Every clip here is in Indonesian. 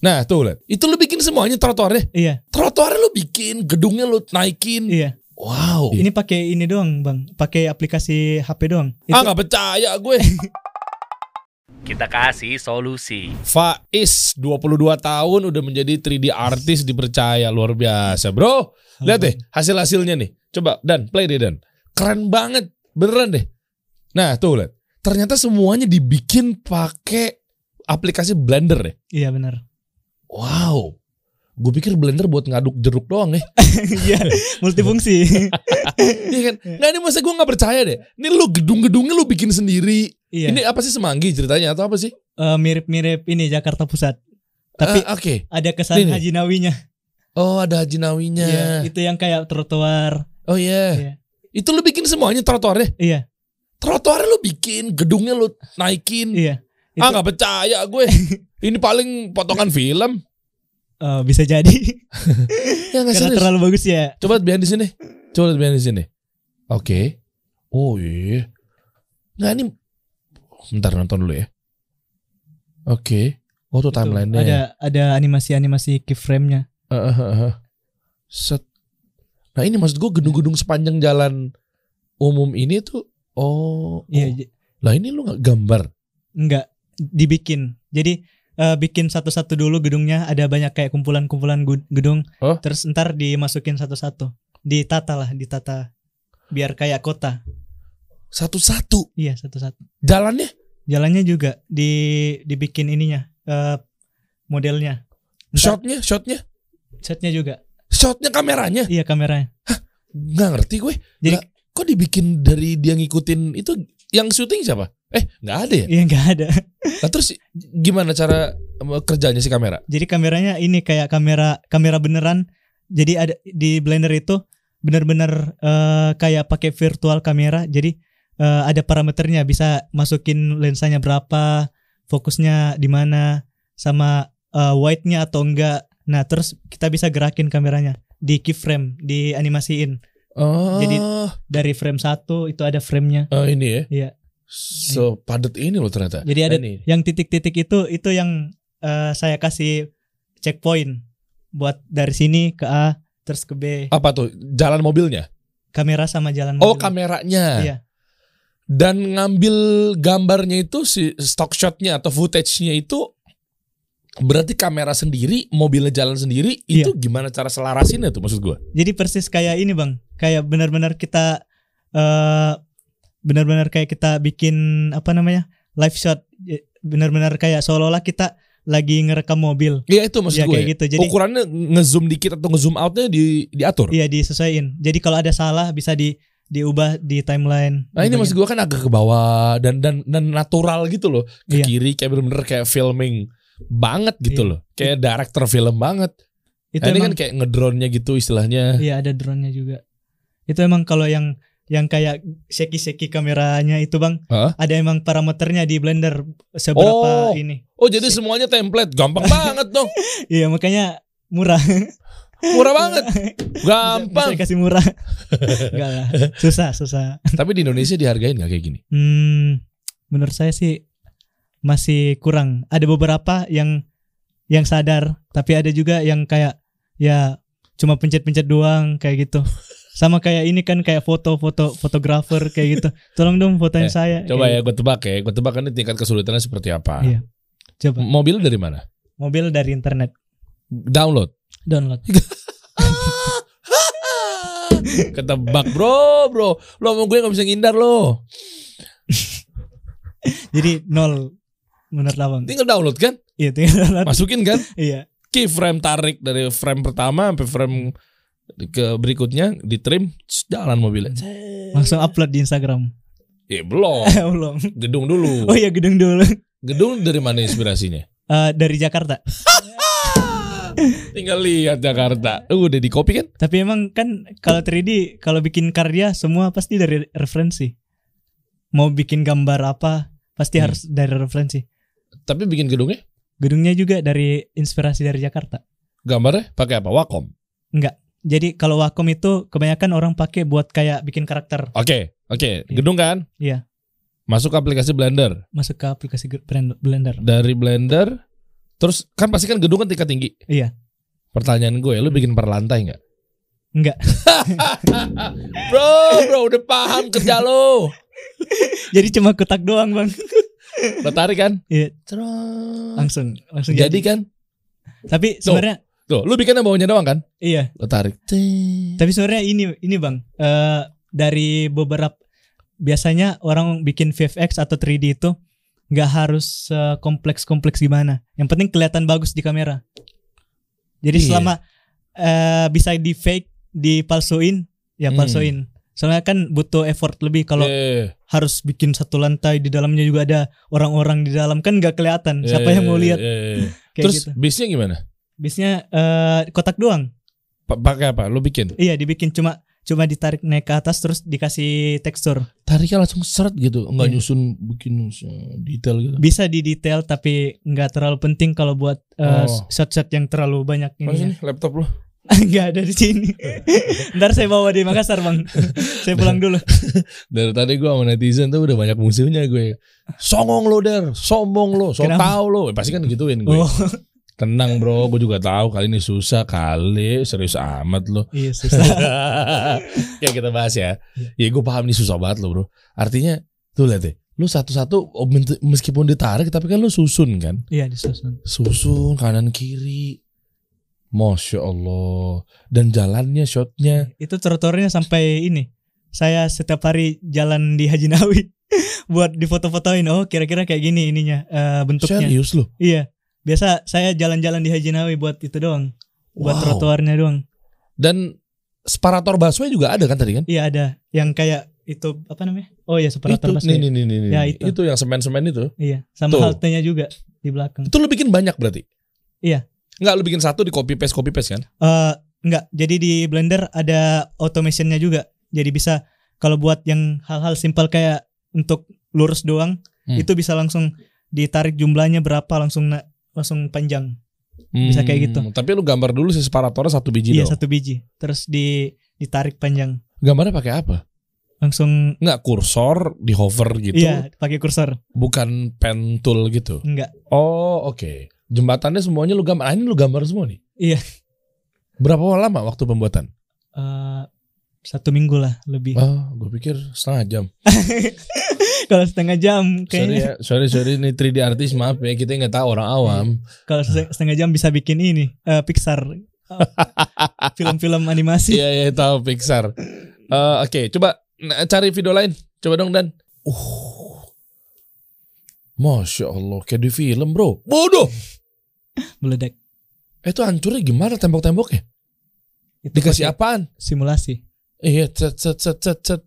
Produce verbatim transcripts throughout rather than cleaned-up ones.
Nah tuh lihat, itu lu bikin semuanya trotoarnya. Iya. Trotoarnya lu bikin, gedungnya lu naikin. Iya. Wow. Ini pakai ini doang bang, pakai aplikasi H P doang. Ah nggak percaya gue. Kita kasih solusi. Faiz dua puluh dua tahun udah menjadi tiga D artist, dipercaya, luar biasa bro. Lihat deh hasil-hasilnya nih. Coba Dan, play deh Dan. Keren banget, beneran deh. Nah tuh lihat, ternyata semuanya dibikin pakai aplikasi Blender deh. Iya benar. Wow. Gue pikir Blender buat ngaduk jeruk doang ya. Iya, multifungsi. Iya kan? Nggak, ini masa gue gak percaya deh. Ini lu gedung-gedungnya lu bikin sendiri. Iya. Ini apa sih, Semanggi ceritanya atau apa sih? Uh, mirip-mirip ini Jakarta Pusat. Tapi uh, okay. ada kesan Ini. Haji Nawinya. Oh ada Haji Nawinya. Iya, itu yang kayak trotoar. Oh iya. Yeah. Iya. Itu lu bikin semuanya trotoarnya? Iya. Trotoarnya lu bikin, gedungnya lu naikin. Iya. Itu. Ah gak percaya gue. Ini paling potongan film. Uh, bisa jadi. Ya, karena serius. Terlalu bagus ya. Coba biar di sini. Coba biar di sini. Oke. Okay. Oh iya. Nah ini bentar nonton dulu ya. Oke. Okay. Oh tuh timeline-nya. Ada ada animasi-animasi keyframe-nya. Uh, uh, uh. Set. Nah ini maksud gue gedung-gedung sepanjang jalan umum ini tuh. Oh. Iya. Oh. Lah ini lu nggak gambar? Enggak. Dibikin. Jadi Uh, bikin satu-satu dulu gedungnya, ada banyak kayak kumpulan-kumpulan gedung, oh? Terus ntar dimasukin satu-satu, ditata lah, ditata biar kayak kota. Satu-satu? Iya satu-satu. Jalannya? Jalannya juga di dibikin ininya, uh, modelnya. Ntar, shotnya, shotnya? Shotnya juga. Shotnya kameranya? Iya kameranya. Hah? Nggak ngerti gue. Jadi lah, kok dibikin dari dia ngikutin itu? Yang syuting siapa? Eh nggak ada ya? Iya nggak ada. Nah, terus gimana cara kerjanya si kamera? Jadi kameranya ini kayak kamera kamera beneran. Jadi ada di Blender itu bener-bener uh, kayak pakai virtual kamera. Jadi uh, ada parameternya, bisa masukin lensanya berapa, fokusnya di mana, sama uh, wide-nya atau enggak. Nah terus kita bisa gerakin kameranya di keyframe, di animasiin. Oh. Jadi dari frame satu itu ada frame-nya. Oh ini ya? Iya. So padat ini loh ternyata. Jadi ada ini. yang titik-titik itu itu yang uh, saya kasih checkpoint buat dari sini ke A terus ke B. Apa tuh? Jalan mobilnya? Kamera sama jalan mobil. Oh kameranya. Iya. Dan ngambil gambarnya itu si stock shotnya atau footage-nya itu berarti kamera sendiri, mobilnya jalan sendiri. Itu iya. Gimana cara selarasinnya tuh maksud gue? Jadi persis kayak ini bang, kayak benar-benar kita uh, benar-benar kayak kita bikin apa namanya live shot, benar-benar kayak seolah-olah kita lagi ngerekam mobil. Iya itu maksud ya, gue. Kayak gitu. Jadi ukurannya ngezoom dikit atau ngezoom outnya di diatur. Iya disesuaiin. Jadi kalau ada salah bisa di diubah di timeline. Nah ini maksud gue kan agak ke bawah dan dan dan natural gitu loh. Ke iya. Kiri kayak benar-benar kayak filming banget gitu iya. Loh. Kayak director film banget. Itu nah, ini kan kayak ngedrone-nya gitu istilahnya. Iya ada drone-nya juga. Itu emang kalau yang yang kayak shaky-shaky kameranya itu bang, huh? Ada emang parameternya di Blender seberapa oh. ini. Oh jadi Shake. Semuanya template, gampang banget dong. Iya makanya murah. Murah banget, gampang. Bisa, bisa kasih murah. Enggak lah, susah susah. Tapi di Indonesia dihargain nggak kayak gini? Hmm, menurut saya sih masih kurang. Ada beberapa yang yang sadar, tapi ada juga yang kayak ya cuma pencet-pencet doang kayak gitu. Sama kayak ini kan kayak foto-foto fotografer kayak gitu. Tolong dong fotoin eh, saya. Coba ya gitu. gue tebak ya. Gue tebak ini tingkat kesulitannya seperti apa. Iya. Coba. Mobil dari mana? Mobil dari internet. Download. Download. Ketebak bro, bro. Lo sama gue gak bisa ngindar lo. Jadi nol menurut abang. Tinggal download kan? Iya tinggal download. Masukin kan? Iya. Keyframe tarik dari frame pertama sampai frame ke berikutnya, di trim, jalan mobilnya. Langsung upload di Instagram. Ya belum. Belum. Gedung dulu. Oh iya gedung dulu. Gedung dari mana inspirasinya? Uh, dari Jakarta. Tinggal lihat Jakarta. Uh, udah di copy kan? Tapi emang kan kalau tiga D, kalau bikin karya semua pasti dari referensi. Mau bikin gambar apa, pasti hmm. harus dari referensi. Tapi bikin gedungnya? Gedungnya juga dari inspirasi dari Jakarta. Gambarnya pakai apa? Wacom? Enggak. Jadi kalau Wacom itu kebanyakan orang pakai buat kayak bikin karakter. Oke, okay, oke. Okay. Gedung kan? Iya. Masuk ke aplikasi Blender. Masuk ke aplikasi Blender. Dari Blender Terus kan pasti kan gedung kan tingkat tinggi. Iya. Pertanyaan gue, lu bikin per lantai nggak? Enggak. Bro, bro udah paham kerja lo. Jadi cuma kotak doang bang. Lo tarik kan? Iya. Terus Langsung, langsung jadi, jadi. kan? Tapi sebenarnya Tuh, lu bikinnya bawahnya doang kan? iya. Lo tarik. Tapi sebenarnya ini ini bang, eh dari beberapa biasanya orang bikin V F X atau tiga D itu nggak harus uh, kompleks-kompleks gimana. Yang penting kelihatan bagus di kamera. Jadi Iya. selama uh, bisa di fake, dipalsuin, ya Hmm. palsuin. Soalnya kan butuh effort lebih kalau Eh, harus bikin satu lantai di dalamnya juga ada orang-orang di dalam kan nggak kelihatan. Siapa yang mau lihat eh. kayak Terus gitu. bisnya gimana? Bisnya uh, kotak doang. Pa- Pakai apa? Lu bikin? Iya dibikin cuma cuma ditarik naik ke atas terus dikasih tekstur. Tariknya langsung seret gitu, nggak Iya. nyusun bikin uh, detail gitu. Bisa di detail tapi nggak terlalu penting kalau buat uh, Oh. shot-shot yang terlalu banyak Mana ini. sini laptop lu? Nggak ada di sini. Ntar saya bawa di Makassar bang. Saya pulang dulu. Dari tadi gue sama netizen tuh udah banyak musuhnya gue. Songong lo der, sombong lo, so Kenapa? tau lo. Pasti kan gituin gue. Oh Tenang bro, gue juga tahu kali ini susah kali, serius amat lo. iya susah. Ya kita bahas ya. Ya gue paham nih susah banget lo bro. Artinya tuh lihat deh, lu satu-satu oh, ment- meskipun ditarik tapi kan lu susun kan, Iya disusun. susun kanan kiri. Masya Allah. Dan jalannya, shotnya. Itu trotoarnya sampai ini. Saya setiap hari jalan di Haji Nawi buat difoto-fotoin. Oh kira-kira kayak gini ininya uh, bentuknya. Serius lo? Iya. Biasa saya jalan-jalan di Haji Nawi buat itu doang. Buat Wow. trotoarnya doang. Dan separator busway juga ada kan tadi kan? Iya ada. Yang kayak itu apa namanya? Oh iya separator Itu, busway. nih, nih, nih, nih, Ya, nih. itu. Itu yang semen-semen itu. Iya. Sama Tuh. haltenya juga di belakang. Itu lu bikin banyak berarti? Iya. Enggak, lu bikin satu di copy paste copy paste kan? Eh enggak. Jadi di Blender ada automationnya juga. Jadi bisa kalau buat yang hal-hal simpel kayak untuk lurus doang, Hmm. itu bisa langsung ditarik jumlahnya berapa langsung na- langsung panjang. Bisa kayak gitu. Hmm, Tapi lu gambar dulu si separatornya satu biji Iya dong. satu biji. Terus di ditarik panjang. Gambarnya pakai apa? Langsung Enggak kursor di hover gitu. iya pakai kursor. Bukan pen tool gitu. Enggak. Oh, oke. Jembatannya semuanya lu gambar. Ah, ini lu gambar semua nih. Iya. Berapa lama waktu pembuatan? Eh satu minggu lah lebih. Ah, gue pikir setengah jam. Kalau setengah jam Sorry kayaknya. ya, sorry sorry ini tiga D artis maaf ya kita nggak tahu orang awam. Kalau se- setengah jam bisa bikin ini eh, Pixar. Eh, film-film animasi. Iya iya tahu Pixar. Eh, Oke, coba nah, cari video lain. Coba dong Dan. Uh, Masya Allah, kayak di film bro. Bodoh. Meledak. Eh, itu hancurnya gimana tembok-temboknya? Itu Dikasih pakai apaan? simulasi. Iya, cet cet cet cet cet.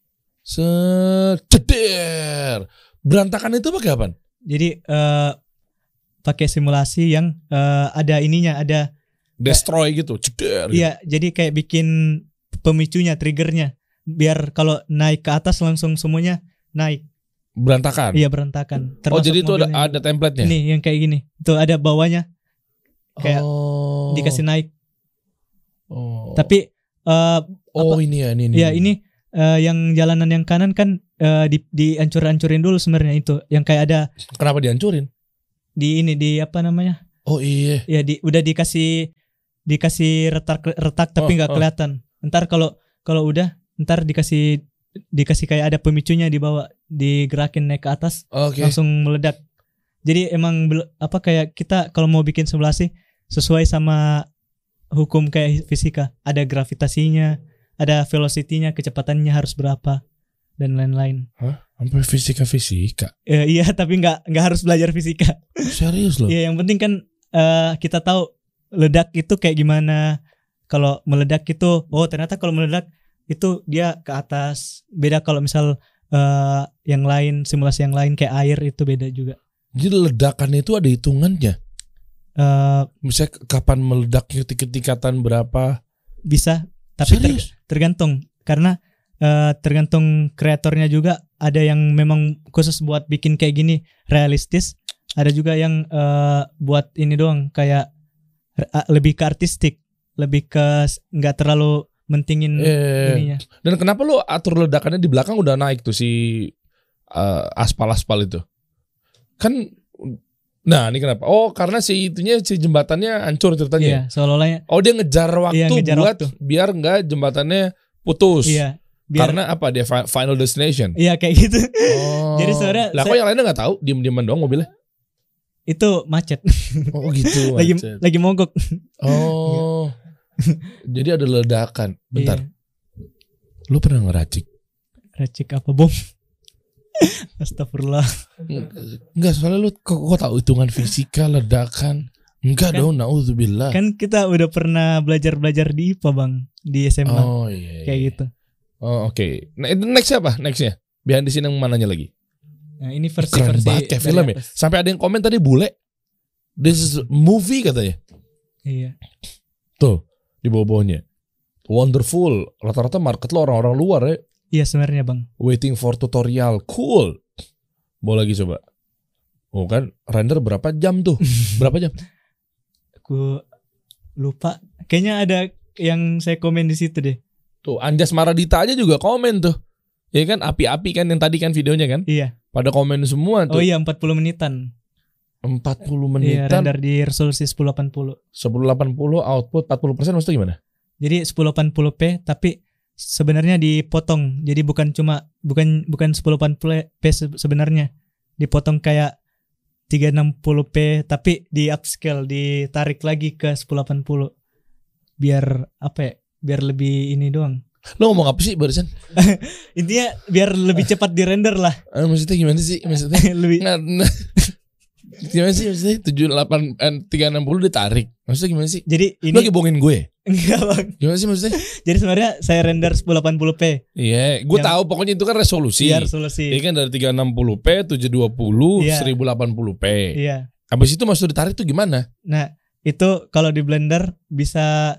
Set, ceder. Berantakan itu pakai apaan? Jadi eh pakai simulasi yang eh, ada ininya, ada Destroy gitu, ceder. iya, jadi kayak bikin pemicunya, triggernya biar kalau naik ke atas langsung semuanya naik. Berantakan. Iya berantakan. Oh, Termasuk jadi itu ada mobilnya ada juga. template-nya. Nih yang kayak gini. Itu ada bawahnya kayak oh. dikasih naik. Oh. Tapi eh oh ini ya ini. ya ini eh, yang jalanan yang kanan kan eh, di dihancur-hancurin dulu sebenarnya itu. Yang kayak ada Kenapa dihancurin? di ini di apa namanya? Oh iya. Ya di udah dikasih dikasih retak retak tapi Oh, nggak oh. kelihatan. Ntar kalau kalau udah ntar dikasih dikasih kayak ada pemicunya di bawah, digerakin naik ke atas Oke. langsung meledak. Jadi emang bel- apa kayak kita kalau mau bikin simulasi sesuai sama hukum kayak fisika, ada gravitasinya, ada velocity-nya, kecepatannya harus berapa dan lain-lain. Hah? Sampai fisika fisika. Eh, iya tapi nggak nggak harus belajar fisika. Serius loh. Iya yang penting kan eh, kita tahu ledak itu kayak gimana. Kalau meledak itu, oh ternyata kalau meledak itu dia ke atas. Beda kalau misal eh, yang lain, simulasi yang lain kayak air itu beda juga. Jadi ledakan itu ada hitungannya. Eh, Misalnya kapan meledaknya, tingkat-tingkatan berapa? bisa, tapi ter- Serius? tergantung karena eh, tergantung kreatornya juga. Ada yang memang khusus buat bikin kayak gini realistis. Ada juga yang eh, buat ini doang kayak eh, lebih ke artistik, lebih ke s- nggak terlalu mentingin Eh, ininya. dan kenapa lu atur ledakannya di belakang udah naik tuh si eh, aspal-aspal itu? Kan Nah, ini kenapa? Oh, karena si itunya si jembatannya hancur ceritanya. Iya, seolah-olahnya. Oh, dia ngejar waktu Iya, ngejar buat waktu. biar enggak jembatannya putus. Iya. Biar, Karena apa? Dia fi- final destination. iya kayak gitu. Oh. Jadi sebenarnya lah kok saya- yang lainnya nggak tahu, diem-dieman doang mobilnya. Itu macet. Oh gitu. lagi macet. lagi mogok. Oh. Jadi ada ledakan. Bentar. Iya. Lu pernah ngeracik? Racik apa bom? Astagfirullah. Enggak, soalnya lu kok, kok tahu hitungan fisika ledakan? Enggak Kan- dong, naudzubillah. Kan kita udah pernah belajar-belajar di I P A bang, di S M A. Oh iya. iya. Kayak gitu. Oh oke. Nah, itu next apa? Nextnya? Behind the scene yang mananya lagi? Nah, ini Keren versi-versi banget kayak dari film ya. atas. Sampai ada yang komen tadi bule. This is movie katanya. Iya. Tuh di bawah-bawahnya. Wonderful. Rata-rata market lo orang-orang luar ya. Iya sebenarnya bang. Waiting for tutorial. Cool. Bawa lagi coba. Oh kan render berapa jam tuh? Berapa jam? Aku lupa. Kayaknya ada yang saya komen di situ deh. Tuh Anjas Maradita aja juga komen tuh. Ya kan api-api kan yang tadi kan videonya kan. Iya. Pada komen semua tuh. Oh iya empat puluh menitan. empat puluh Iya, menitan. render di resolusi sepuluh delapan puluh. sepuluh delapan puluh output empat puluh persen maksudnya gimana? Jadi sepuluh delapan puluh p tapi sebenarnya dipotong. Jadi bukan cuma bukan bukan sepuluh delapan puluh p se- sebenarnya. Dipotong kayak tiga enam puluh p tapi di upscale, ditarik lagi ke sepuluh delapan puluh. Biar apa ya? Biar lebih ini doang. Lo ngomong apa sih barusan? Intinya biar lebih cepat di render lah. Eh, maksudnya gimana sih? Maksudnya lebih nggak nah, gimana sih maksudnya tujuh delapan tiga enam puluh ditarik. Maksudnya gimana sih? jadi Lo lagi ini bohongin gue. enggak bang. Gimana sih maksudnya? Jadi sebenarnya saya render sepuluh delapan puluh p. Iya, gue Yang- tahu pokoknya itu kan resolusi. Iya resolusi. Ini kan dari tiga enam puluh p, tujuh dua puluh, Iya. seribu delapan puluh p. Iya. Habis itu maksud ditarik tuh gimana? Nah, itu kalau di Blender bisa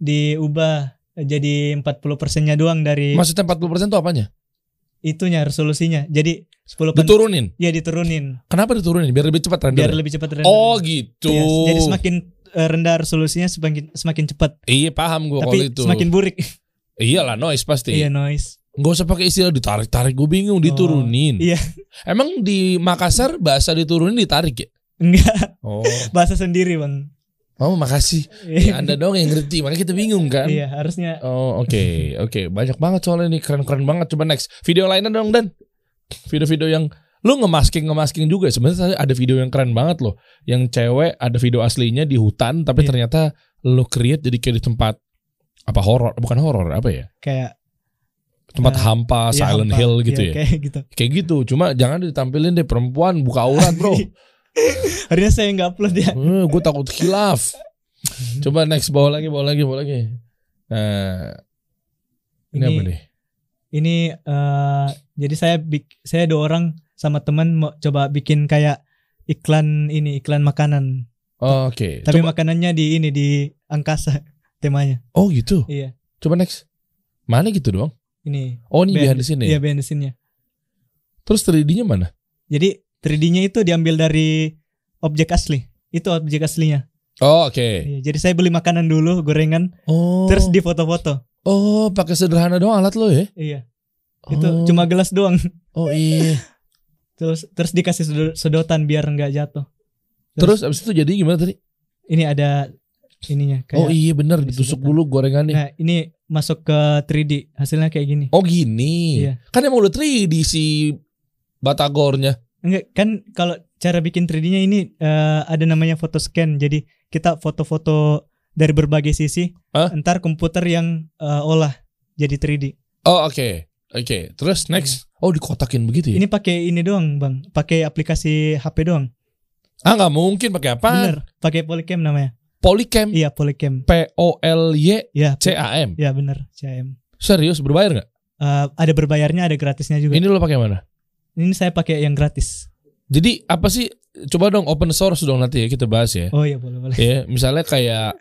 diubah jadi empat puluh persennya doang dari Maksudnya empat puluh persen tuh apanya? itunya resolusinya. Jadi sepuluh persen Diturunin. ya diturunin Kenapa diturunin? Biar lebih cepat render. biar lebih cepat render. Oh gitu. Iya, jadi semakin eh, rendah resolusinya semakin semakin cepat. Iya paham gue kalau Tapi itu. semakin burik. Iyalah noise pasti. Iya noise. Gak usah pakai istilah ditarik-tarik, gue bingung diturunin. Iya. Emang di Makassar bahasa diturunin ditarik ya? Enggak, Oh, bahasa sendiri, Bang. oh makasih. Ya, anda dong yang ngerti, makanya kita bingung kan? Iya, harusnya. Oh oke oke banyak banget soalnya ini keren-keren banget. Coba next video lainnya dong Dan. Video-video yang lu ngemasking ngemasking juga sebenarnya ada video yang keren banget loh. Yang cewek ada video aslinya di hutan tapi Iya. ternyata lu create jadi kayak di tempat apa horor bukan horor apa ya Kayak tempat eh, hampa iya, silent hampa. hill gitu Iya, ya. Kayak gitu. Kayak gitu cuma jangan ditampilin deh perempuan buka aurat bro. Harusnya saya nggak upload ya. Eh, gue takut khilaf. Coba next bawa lagi bawa lagi bawa lagi. Nah ini, Ini- apa nih? Ini eh, jadi saya bik, saya dua orang sama teman mau coba bikin kayak iklan ini, iklan makanan. Oh, Oke. Tapi Coba- makanannya di ini di angkasa temanya. Oh gitu. Iya. Coba next. Mana gitu doang? Ini. Oh ini behind the scene Iya, ya. behind the scene-nya. Terus tiga D-nya mana? Jadi tiga D-nya itu diambil dari objek asli. Itu objek aslinya. Oh oke. Iya, jadi saya beli makanan dulu, gorengan, Oh. terus di foto-foto. Oh pakai sederhana doang alat lo ya? Iya. Itu Oh. cuma gelas doang. Oh iya. Terus terus dikasih sedo- sedotan biar nggak jatuh. Terus abis itu jadi gimana tadi? Ini ada ininya kayak. Oh iya bener ini ditusuk sedotan. dulu gorengannya. Nah, ini masuk ke tiga D, hasilnya kayak gini. Oh gini. Iya. Kan emang udah tiga D si Batagornya. Enggak, kan kalau cara bikin tiga D-nya ini eh, ada namanya foto scan. Jadi kita foto-foto dari berbagai sisi, Hah? entar komputer yang eh, olah jadi tiga D. Oh oke. Oke. Terus next. Oh dikotakin begitu ya? Ini pakai ini doang, Bang. Pakai aplikasi H P doang. Ah nggak mungkin pakai apa? Bener, pakai Polycam namanya. Polycam. Iya, Polycam. P O L Y Iya, C A M. ya bener, C A M. Serius berbayar nggak? Eh, ada berbayarnya, ada gratisnya juga. Ini lo pakai mana? Ini saya pakai yang gratis. Jadi apa sih? Coba dong open source dong nanti ya kita bahas ya. Oh iya, boleh boleh. Ya, misalnya kayak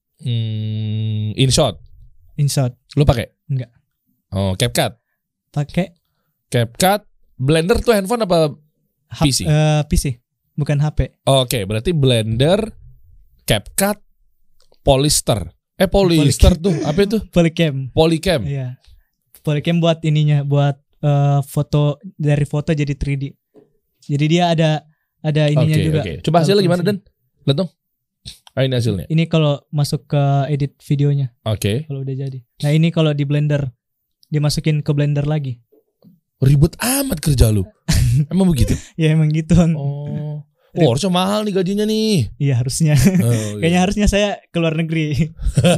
hmm, InShot, InShot lo pakai? Enggak. Oh, CapCut. pakai CapCut, Blender tuh handphone apa? H- P C? eh, P C, bukan H P. Oke, berarti Blender, CapCut, Polyster. Eh Polyster tuh apa itu? Polycam. Polycam. Iya. Polycam buat ininya, buat eh, foto dari foto jadi tiga D. Jadi dia ada ada ininya Oke, juga. oke. Coba hasilnya gimana Dan? Lihat dong. Ah, ini hasilnya. Ini kalau masuk ke edit videonya, Oke. kalau udah jadi. Nah ini kalau di Blender, dimasukin ke Blender lagi. Ribet amat kerja lu. Emang begitu? Ya emang gitu Bang. Oh. Oh, harusnya mahal nih gajinya nih. Iya harusnya. Oh, Kayaknya harusnya saya ke luar negeri.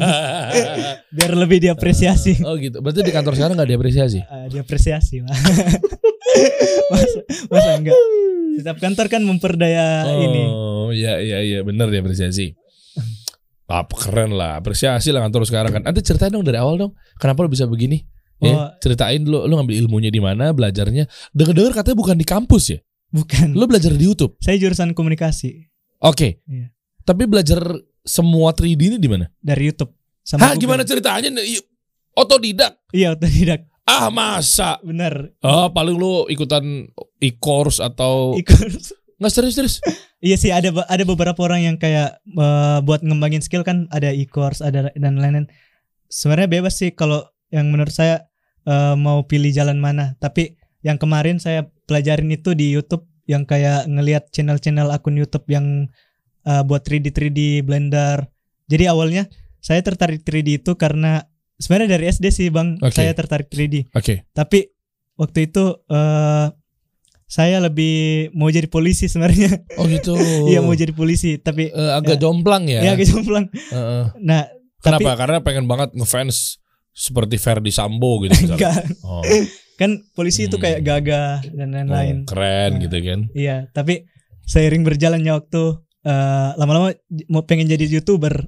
Biar lebih diapresiasi. Oh gitu. Berarti di kantor sekarang nggak diapresiasi? Uh, diapresiasi lah. masa, masa enggak? Setiap kantor kan memperdaya oh, ini. Oh iya iya iya benar diapresiasi. Ah, keren lah, apresiasi lah kantor sekarang kan. Nanti ceritain dong dari awal dong. Kenapa lu bisa begini? Ya, Oh. ceritain lu lu ngambil ilmunya di mana, belajarnya. Dengar-dengar katanya bukan di kampus ya? Bukan. Lu belajar di YouTube. Saya jurusan komunikasi. Oke. Iya. Tapi belajar semua tiga D ini di mana? Dari YouTube. Sama Hah, Google. gimana ceritanya? Otodidak. Iya otodidak. Ah, masa? Bener. Oh, paling lu ikutan e-course atau Ikut. nggak serius-serius? Iya sih ada ada beberapa orang yang kayak uh, buat ngembangin skill kan ada e-course ada dan lain-lain. Sebenarnya bebas sih kalau yang menurut saya uh, mau pilih jalan mana. Tapi yang kemarin saya pelajarin itu di YouTube yang kayak ngelihat channel-channel akun YouTube yang uh, buat tiga D tiga D Blender. Jadi awalnya saya tertarik tiga D itu karena sebenarnya dari S D sih Bang, Okay. saya tertarik tiga D. Oke. Okay. Tapi waktu itu uh, saya lebih mau jadi polisi sebenarnya. Oh gitu. Iya mau jadi polisi, tapi Uh, agak ya, jomplang ya. ya agak jomplang. Uh-uh. Nah, Kenapa? tapi Karena pengen banget ngefans seperti Ferdi Sambo gitu misalnya. enggak. Oh. Kan polisi itu Hmm. kayak gagah dan lain-lain. Oh, keren Nah. gitu kan. Iya, tapi seiring berjalannya waktu uh, lama-lama j- mau pengen jadi YouTuber.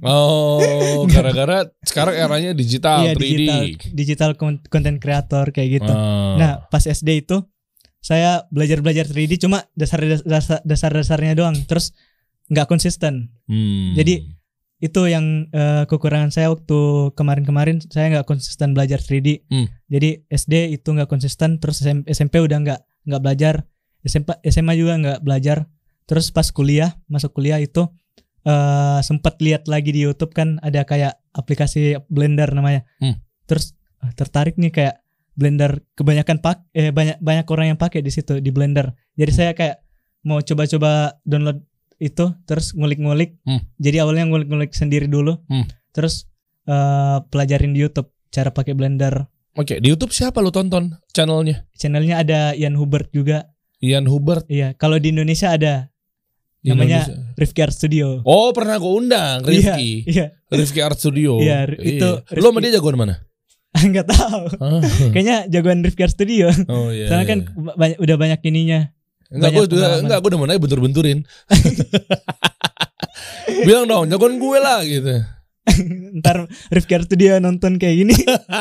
Oh, gara-gara sekarang eranya digital, Iya, tiga D. digital digital kon- content creator kayak gitu. Oh. Nah, pas S D itu saya belajar-belajar tiga D cuma dasar dasar-dasarnya doang, terus nggak konsisten. Hmm. Jadi itu yang uh, kekurangan saya waktu kemarin-kemarin saya nggak konsisten belajar tiga D. Hmm. Jadi S D itu nggak konsisten, terus S M P udah nggak nggak belajar, S M P S M A juga nggak belajar. Terus pas kuliah masuk kuliah itu uh, sempat lihat lagi di YouTube kan ada kayak aplikasi Blender namanya. Hmm. Terus uh, tertarik nih kayak Blender kebanyakan pak eh banyak banyak orang yang pakai di situ di Blender. Jadi saya kayak mau coba-coba download itu terus ngulik-ngulik. Hmm. Jadi awalnya ngulik-ngulik sendiri dulu. Hmm. Terus uh, pelajarin di YouTube cara pakai Blender. Oke, di YouTube siapa lu tonton channelnya? Channelnya ada Ian Hubert juga. Ian Hubert. Iya, kalau di Indonesia ada Di namanya Indonesia. Rifki Art Studio. Oh, pernah gue undang Rifki. Iya, Rifki Art Studio. Iya, itu Lu sama Rifki. dia jagoan mana? iya. Enggak tahu. Ah. Kayaknya jagoan Rifki Art Studio. Oh iya. Soalnya kan iya. banyak, udah banyak ininya. Enggak, banyak gue udah pengalaman. enggak, gue udah mau nanya bentur-benturin. Bilang dong, jagoan gue lah gitu. Ntar Rifki Art Studio nonton kayak gini.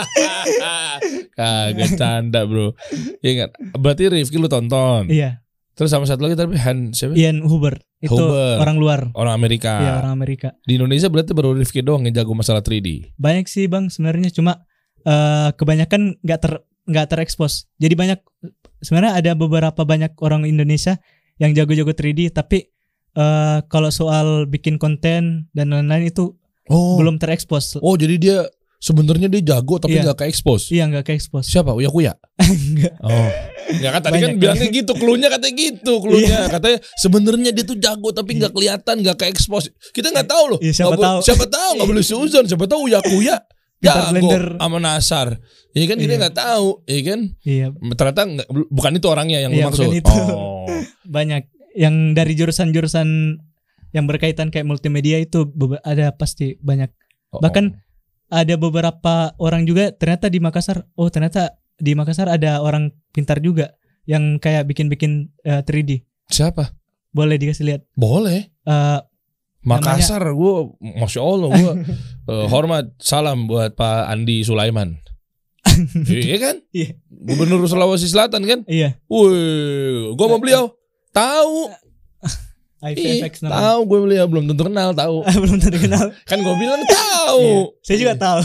Kagak canda, Bro. Iya kan? Berarti Rifki lu tonton. Iya, Terus sama satu lagi tapi Han siapa? Ian Hubert. Itu Hubert. orang luar. Orang Amerika. Iya, orang Amerika. Di Indonesia berarti baru Rifki doang yang jago masalah tiga D. Banyak sih Bang sebenarnya, cuma uh, kebanyakan nggak ter nggak terekspos. Jadi banyak sebenarnya ada beberapa banyak orang Indonesia yang jago-jago tiga D, tapi uh, kalau soal bikin konten dan lain-lain itu Oh. belum terekspos. Oh, jadi dia sebenarnya dia jago tapi Iya. nggak ke-expose. Iya, nggak terekspos. Siapa? Uya Kuya? Enggak. Oh. Ya kan tadi kan Banyak. bilangnya gitu, cluenya katanya gitu, cluenya katanya sebenarnya dia tuh jago tapi nggak kelihatan, nggak ke-expose. Kita nggak tahu loh. Iya, siapa Nggak bo- tahu. Siapa tahu nggak boleh seuzon, siapa tahu Uya Kuya Pintar jago Blender. sama Nasar. Iya kan kita Iya. nggak tahu, iya kan? Iya, Ternyata nggak, bukan itu orangnya yang Iya, lu maksud. bukan itu. Oh. banyak yang dari jurusan-jurusan yang berkaitan kayak multimedia itu bebe- ada pasti banyak. Oh, Bahkan ada beberapa orang juga ternyata di Makassar. Oh, ternyata di Makassar ada orang pintar juga yang kayak bikin-bikin uh, tiga D. siapa? Boleh dikasih lihat. Boleh. Uh, Makassar, gue, masya Allah, gue uh, hormat salam buat Pak Andi Sulaiman. Iya kan? Iya. Gubernur Sulawesi Selatan kan? iya, Wih, gue mau beliau. Tahu. I V Ih, F X namanya. tahu gue beliau belum tentu kenal tahu. Belum tentu kenal. Kan gue bilang tahu. Iya, saya juga tahu.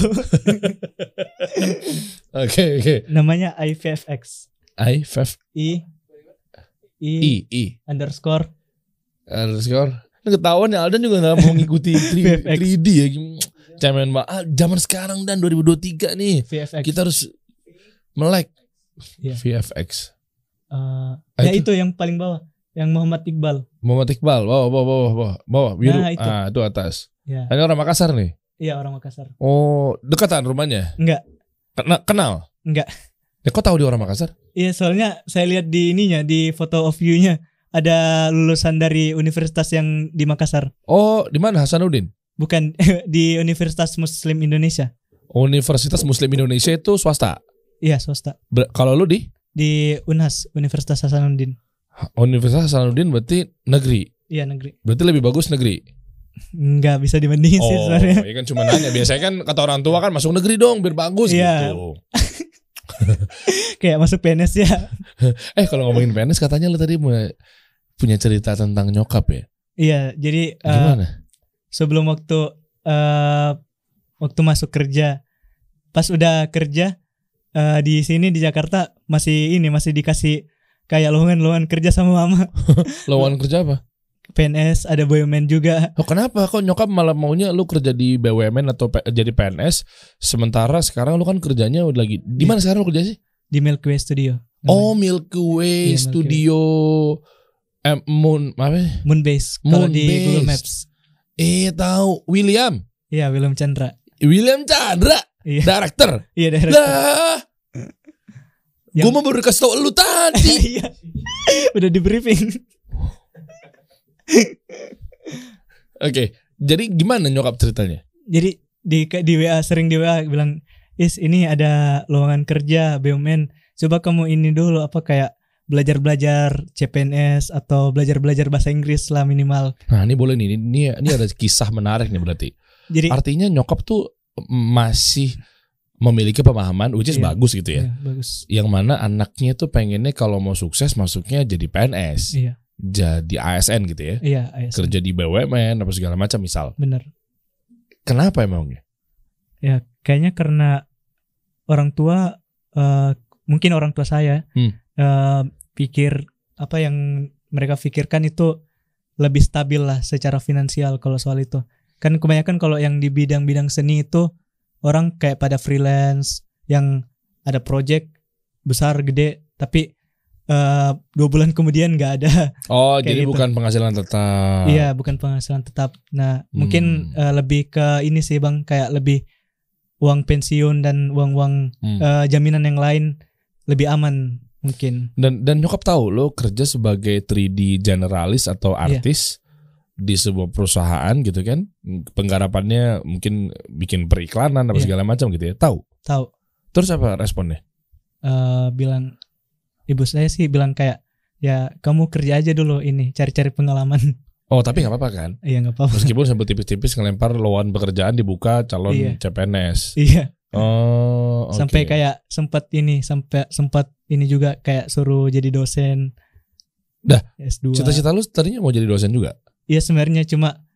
Oke oke. Namanya I V F X. I F I I, I I underscore underscore. Ini ketahuan ya Aldan juga nggak mau ngikuti V F X. tiga D ya. Cemen banget. Ah, zaman sekarang dan dua ribu dua puluh tiga nih. V F X. Kita harus melek Iya. V F X. Uh, Ah, ya itu? itu yang paling bawah. Yang Muhammad Iqbal. Muhammad Iqbal, bawah, bawah, bawah, bawah, bawah, biru. Nah, itu. Ah, itu atas. Ya. Ini orang Makassar nih. Iya, orang Makassar. Oh, dekatan rumahnya? Enggak. Kena, kenal? Enggak. Ya, kok tahu dia orang Makassar? Iya, soalnya saya lihat di ininya, di foto of view-nya ada lulusan dari universitas yang di Makassar. Oh, di mana Hasanuddin? Bukan di Universitas Muslim Indonesia. Universitas Muslim Indonesia itu swasta. Iya, swasta. Ber- kalau lu di Di Unhas, Universitas Hasanuddin. Universitas Hasanuddin berarti negeri. Iya, negeri. Berarti lebih bagus negeri. Enggak bisa dibandingin sih Oh, sebenarnya. ya kan cuma nanya. Biasanya kan kata orang tua kan masuk negeri dong biar bagus Iya. gitu. Kayak masuk P N S ya. Eh kalau ngomongin P N S katanya lu tadi punya cerita tentang nyokap ya? Iya, jadi uh, Gimana? sebelum waktu uh, waktu masuk kerja, pas udah kerja uh, di sini di Jakarta masih ini masih dikasih kayak lowongan-lowongan kerja sama mama. Lowongan kerja apa? P N S, ada B U M N juga. Oh, kenapa kok nyokap malah maunya lu kerja di B U M N atau P- jadi P N S sementara sekarang lu kan kerjanya udah lagi di mana sekarang lu kerja sih? Di Milky Way Studio. Oh, Milky Way Iya, Milky Studio eh, Moon apa? ya? Moonbase kalau di Moonbase. Google Maps. Eh tahu William. Iya, William Chandra. William Chandra, Iya. director. Iya, daerah. Lah, Yang- gue mau baru kasih tau lu tadi. Iya. Udah di briefing. Oke, jadi gimana nyokap ceritanya? Jadi di di W A sering di W A bilang, "Is, ini ada lowongan kerja B U M N. Coba kamu ini dulu apa kayak belajar-belajar C P N S atau belajar-belajar bahasa Inggris lah minimal." Nah ini boleh nih, ini, ini ada kisah menarik nih berarti. Jadi Artinya nyokap tuh masih memiliki pemahaman, which is Iya. bagus gitu ya. iya, bagus. Yang mana anaknya tuh pengennya kalau mau sukses masuknya jadi P N S, Iya. jadi A S N gitu ya, Iya, A S N. kerja di B U M N apa segala macam misal. Bener. Kenapa emangnya? Ya, kayaknya karena orang tua eh, mungkin orang tua saya Hmm. eh, pikir apa yang mereka pikirkan itu lebih stabil lah secara finansial kalau soal itu. Kan kebanyakan kalau yang di bidang-bidang seni itu orang kayak pada freelance yang ada project besar gede tapi eh, dua bulan kemudian nggak ada. Oh, Kayak jadi gitu. bukan penghasilan tetap. Iya, bukan penghasilan tetap. Nah, mungkin Hmm. eh, lebih ke ini sih Bang, kayak lebih uang pensiun dan uang-uang Hmm. eh, jaminan yang lain lebih aman mungkin. Dan dan nyokap tahu lo kerja sebagai tiga D generalis atau Iya. artis di sebuah perusahaan gitu kan. Penggarapannya mungkin bikin periklanan apa Iya. segala macam gitu ya. Tahu. Tahu. Terus apa responnya? Eh, bilang ibu saya sih bilang kayak ya kamu kerja aja dulu ini cari-cari pengalaman. Oh, tapi nggak apa-apa kan? Iya nggak apa-apa. Meskipun sampai tipis-tipis ngelempar lowongan pekerjaan dibuka calon Iya. C P N S. Iya. Oh, oke. Sampai kayak sempat ini sampai sempat ini juga kayak suruh jadi dosen. Dah, S dua. Cita-cita lu tadinya mau jadi dosen juga? Iya sebenarnya cuma